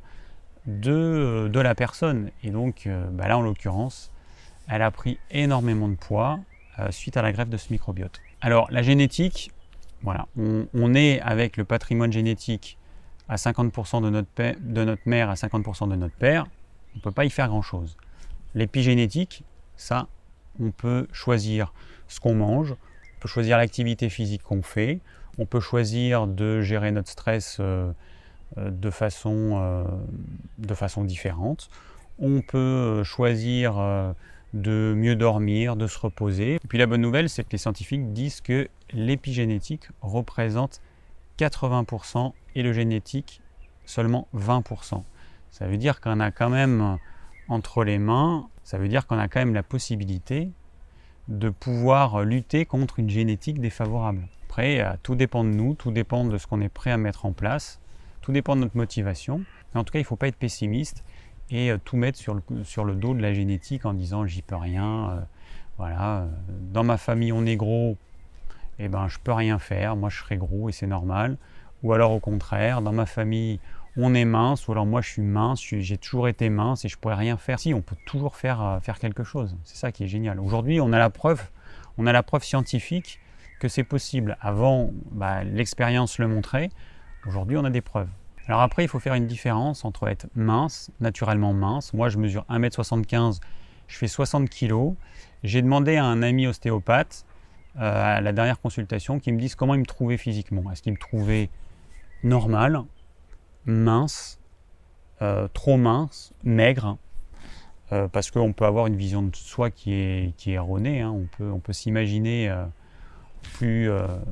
de la personne. Et donc là, en l'occurrence, elle a pris énormément de poids suite à la greffe de ce microbiote. Alors, la génétique, voilà, on est avec le patrimoine génétique à 50% de notre mère, à 50% de notre père, on ne peut pas y faire grand-chose. L'épigénétique, ça, on peut choisir ce qu'on mange, on peut choisir l'activité physique qu'on fait, on peut choisir de gérer notre stress de façon différente, on peut choisir de mieux dormir, de se reposer. Et puis la bonne nouvelle, c'est que les scientifiques disent que l'épigénétique représente 80% et le génétique seulement 20%. Ça veut dire qu'on a quand même entre les mains, ça veut dire qu'on a quand même la possibilité de pouvoir lutter contre une génétique défavorable. Après, tout dépend de nous, tout dépend de ce qu'on est prêt à mettre en place, tout dépend de notre motivation. Mais en tout cas, il ne faut pas être pessimiste et tout mettre sur le dos de la génétique en disant j'y peux rien, dans ma famille on est gros, et ben je peux rien faire, moi je serai gros et c'est normal. Ou alors au contraire, dans ma famille on est mince, ou alors moi je suis mince, j'ai toujours été mince et je pourrais rien faire. Si, on peut toujours faire quelque chose, c'est ça qui est génial. Aujourd'hui on a la preuve scientifique que c'est possible. Avant, l'expérience le montrait, aujourd'hui on a des preuves. Alors après, il faut faire une différence entre être mince, naturellement mince. Moi, je mesure 1m75, je fais 60 kg. J'ai demandé à un ami ostéopathe, à la dernière consultation, qui me dise comment il me trouvait physiquement. Est-ce qu'il me trouvait normal, mince, trop mince, maigre, parce qu'on peut avoir une vision de soi qui est erronée. Hein. On peut s'imaginer plus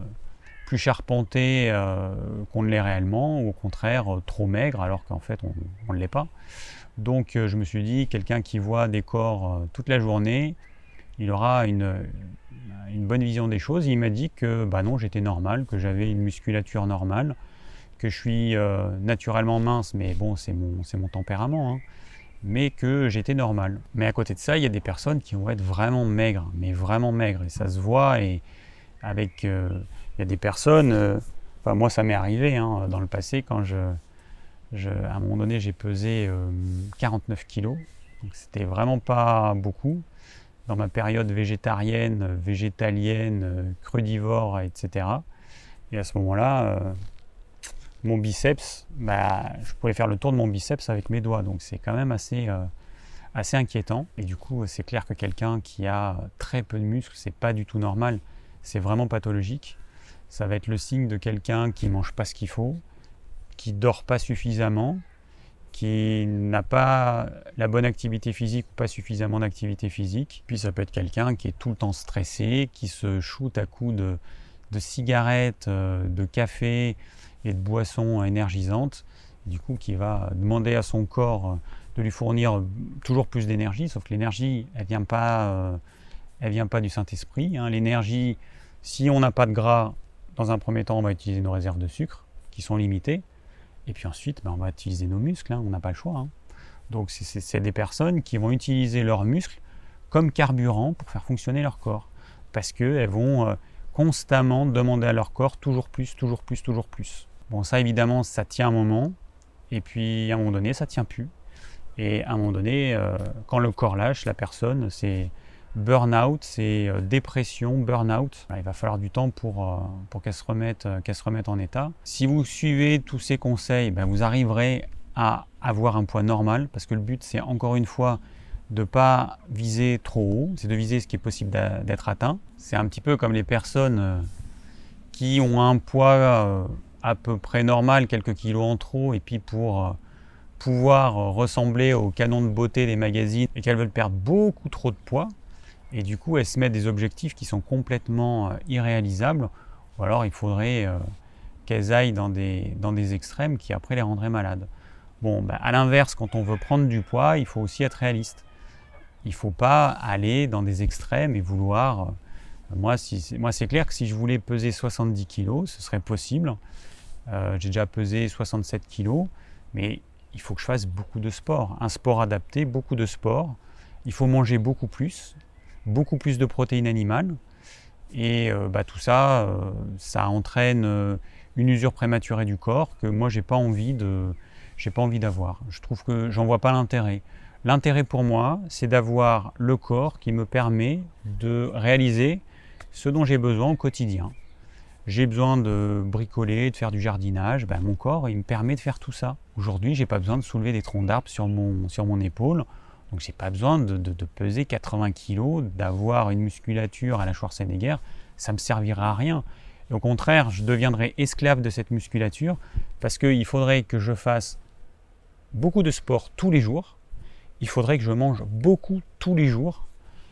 charpenté qu'on ne l'est réellement, ou au contraire trop maigre alors qu'en fait on ne l'est pas. Donc je me suis dit, quelqu'un qui voit des corps toute la journée, il aura une bonne vision des choses. Il m'a dit que non, j'étais normal, que j'avais une musculature normale, que je suis naturellement mince, mais bon, c'est mon tempérament, hein, mais que j'étais normal. Mais à côté de ça, il y a des personnes qui vont être vraiment maigres, mais vraiment maigres, et ça se voit. Et avec il y a des personnes, moi ça m'est arrivé hein, dans le passé, quand à un moment donné j'ai pesé 49 kilos, donc c'était vraiment pas beaucoup. Dans ma période végétarienne, végétalienne, crudivore, etc. Et à ce moment-là, mon biceps, je pouvais faire le tour de mon biceps avec mes doigts, donc c'est quand même assez inquiétant. Et du coup, c'est clair que quelqu'un qui a très peu de muscles, c'est pas du tout normal, c'est vraiment pathologique. Ça va être le signe de quelqu'un qui mange pas ce qu'il faut, qui dort pas suffisamment, qui n'a pas la bonne activité physique ou pas suffisamment d'activité physique. Puis ça peut être quelqu'un qui est tout le temps stressé, qui se shoot à coups de cigarettes, de café et de boissons énergisantes, du coup qui va demander à son corps de lui fournir toujours plus d'énergie, sauf que l'énergie, elle vient pas du Saint-Esprit. Hein. L'énergie, si on n'a pas de gras, dans un premier temps, on va utiliser nos réserves de sucre, qui sont limitées. Et puis ensuite, on va utiliser nos muscles, hein, on n'a pas le choix. Hein. Donc c'est des personnes qui vont utiliser leurs muscles comme carburant pour faire fonctionner leur corps. Parce qu'elles vont constamment demander à leur corps toujours plus, toujours plus, toujours plus. Bon, ça évidemment, ça tient un moment. Et puis à un moment donné, ça ne tient plus. Et à un moment donné, quand le corps lâche, la personne, c'est burn-out, c'est dépression, burn-out. Il va falloir du temps pour qu'elle se remette en état. Si vous suivez tous ces conseils, vous arriverez à avoir un poids normal, parce que le but, c'est encore une fois de ne pas viser trop haut, c'est de viser ce qui est possible d'être atteint. C'est un petit peu comme les personnes qui ont un poids à peu près normales, quelques kilos en trop, et puis pour pouvoir ressembler au canon de beauté des magazines, et qu'elles veulent perdre beaucoup trop de poids, et du coup elles se mettent des objectifs qui sont complètement irréalisables, ou alors il faudrait qu'elles aillent dans des extrêmes qui après les rendraient malades. Bon, à l'inverse, quand on veut prendre du poids, il faut aussi être réaliste. Il ne faut pas aller dans des extrêmes et vouloir... moi, c'est clair que si je voulais peser 70 kg, ce serait possible. J'ai déjà pesé 67 kg, mais il faut que je fasse beaucoup de sport. Un sport adapté, beaucoup de sport. Il faut manger beaucoup plus de protéines animales. Et tout ça, ça entraîne une usure prématurée du corps que moi, j'ai pas envie d'avoir. Je trouve que j'en vois pas l'intérêt. L'intérêt pour moi, c'est d'avoir le corps qui me permet de réaliser ce dont j'ai besoin au quotidien. J'ai besoin de bricoler, de faire du jardinage, mon corps il me permet de faire tout ça. Aujourd'hui, j'ai pas besoin de soulever des troncs d'arbres sur mon épaule, donc j'ai pas besoin de peser 80 kg, d'avoir une musculature à la Schwarzenegger, ça me servira à rien. Et au contraire, je deviendrai esclave de cette musculature parce qu'il faudrait que je fasse beaucoup de sport tous les jours, il faudrait que je mange beaucoup tous les jours,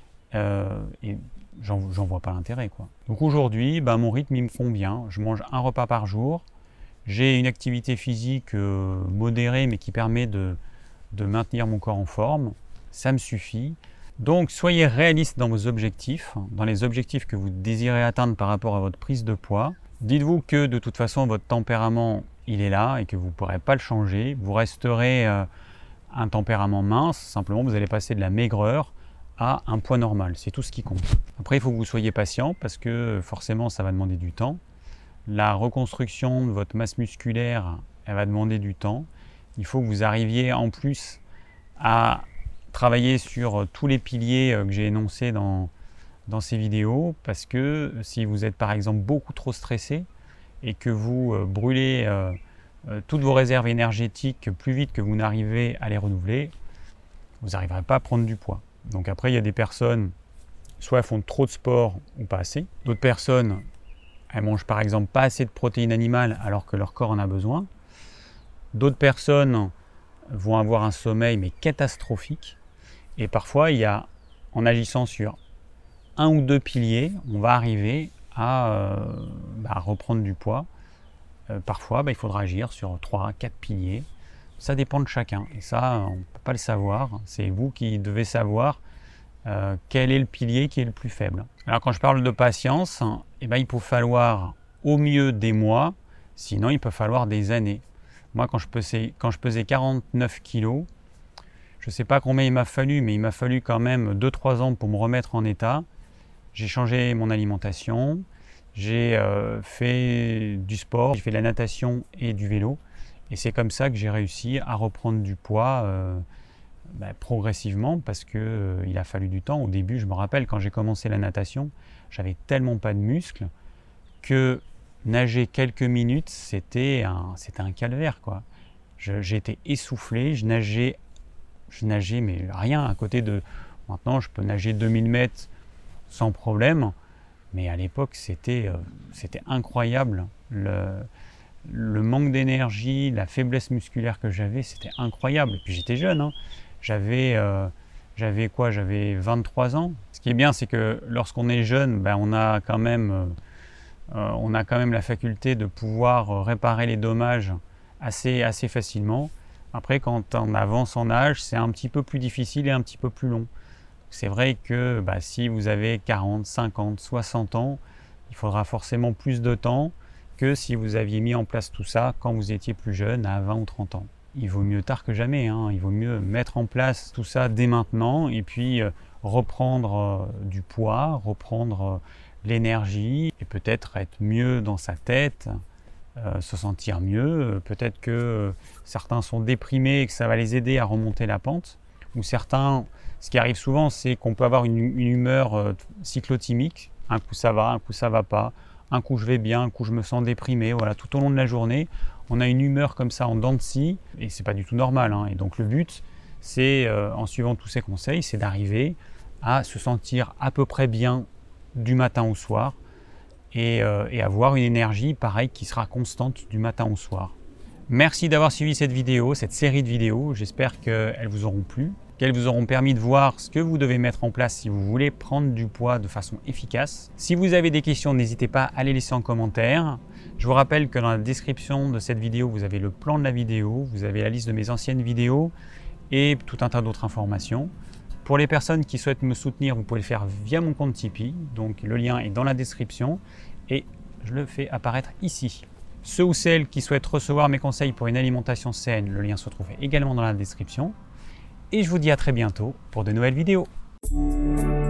et j'en vois pas l'intérêt, quoi. Donc aujourd'hui, mon rythme il me convient, je mange un repas par jour, j'ai une activité physique modérée mais qui permet de maintenir mon corps en forme, ça me suffit. Donc soyez réaliste dans vos objectifs, dans les objectifs que vous désirez atteindre par rapport à votre prise de poids. Dites-vous que de toute façon votre tempérament il est là et que vous ne pourrez pas le changer, vous resterez un tempérament mince, simplement vous allez passer de la maigreur à un poids normal, c'est tout ce qui compte. Après il faut que vous soyez patient parce que forcément ça va demander du temps. La reconstruction de votre masse musculaire, elle va demander du temps. Il faut que vous arriviez en plus à travailler sur tous les piliers que j'ai énoncés dans ces vidéos, parce que si vous êtes par exemple beaucoup trop stressé et que vous brûlez toutes vos réserves énergétiques plus vite que vous n'arrivez à les renouveler, vous n'arriverez pas à prendre du poids. Donc après, il y a des personnes, soit elles font trop de sport ou pas assez. D'autres personnes, elles mangent par exemple pas assez de protéines animales alors que leur corps en a besoin. D'autres personnes vont avoir un sommeil mais catastrophique. Et parfois, en agissant sur un ou deux piliers, on va arriver à reprendre du poids. Parfois, il faudra agir sur 3-4 piliers. Ça dépend de chacun. Et ça, on ne peut pas le savoir. C'est vous qui devez savoir quel est le pilier qui est le plus faible. Alors quand je parle de patience, il peut falloir au mieux des mois, sinon il peut falloir des années. Moi, quand je pesais 49 kg, je ne sais pas combien il m'a fallu, mais il m'a fallu quand même 2-3 ans pour me remettre en état. J'ai changé mon alimentation, j'ai fait du sport, j'ai fait de la natation et du vélo. Et c'est comme ça que j'ai réussi à reprendre du poids progressivement parce qu'il a fallu du temps. Au début, je me rappelle, quand j'ai commencé la natation, j'avais tellement pas de muscles que nager quelques minutes, c'était un calvaire, quoi. J'étais essoufflé, je nageais mais rien à côté de... Maintenant, je peux nager 2000 mètres sans problème, mais à l'époque, c'était incroyable. Le manque d'énergie, la faiblesse musculaire que j'avais, c'était incroyable. Et puis j'étais jeune, hein. J'avais 23 ans. Ce qui est bien, c'est que lorsqu'on est jeune, on a quand même la faculté de pouvoir réparer les dommages assez facilement. Après, quand on avance en âge, c'est un petit peu plus difficile et un petit peu plus long. C'est vrai que si vous avez 40, 50, 60 ans, il faudra forcément plus de temps que si vous aviez mis en place tout ça quand vous étiez plus jeune, à 20 ou 30 ans. Il vaut mieux tard que jamais, hein. Il vaut mieux mettre en place tout ça dès maintenant et puis reprendre du poids, reprendre l'énergie et peut-être être mieux dans sa tête, se sentir mieux. Peut-être que certains sont déprimés et que ça va les aider à remonter la pente. Ou certains, ce qui arrive souvent, c'est qu'on peut avoir une humeur cyclotimique. Un coup ça va, un coup ça va pas. Un coup je vais bien, un coup je me sens déprimé. Voilà, tout au long de la journée, on a une humeur comme ça en dents de scie et c'est pas du tout normal, hein. Et donc le but, c'est en suivant tous ces conseils, c'est d'arriver à se sentir à peu près bien du matin au soir et avoir une énergie pareil qui sera constante du matin au soir. Merci d'avoir suivi cette vidéo, cette série de vidéos. J'espère qu'elles vous auront plu, qu'elles vous auront permis de voir ce que vous devez mettre en place si vous voulez prendre du poids de façon efficace. Si vous avez des questions, n'hésitez pas à les laisser en commentaire. Je vous rappelle que dans la description de cette vidéo, vous avez le plan de la vidéo, vous avez la liste de mes anciennes vidéos et tout un tas d'autres informations. Pour les personnes qui souhaitent me soutenir, vous pouvez le faire via mon compte Tipeee. Donc le lien est dans la description et je le fais apparaître ici. Ceux ou celles qui souhaitent recevoir mes conseils pour une alimentation saine, le lien se trouve également dans la description. Et je vous dis à très bientôt pour de nouvelles vidéos.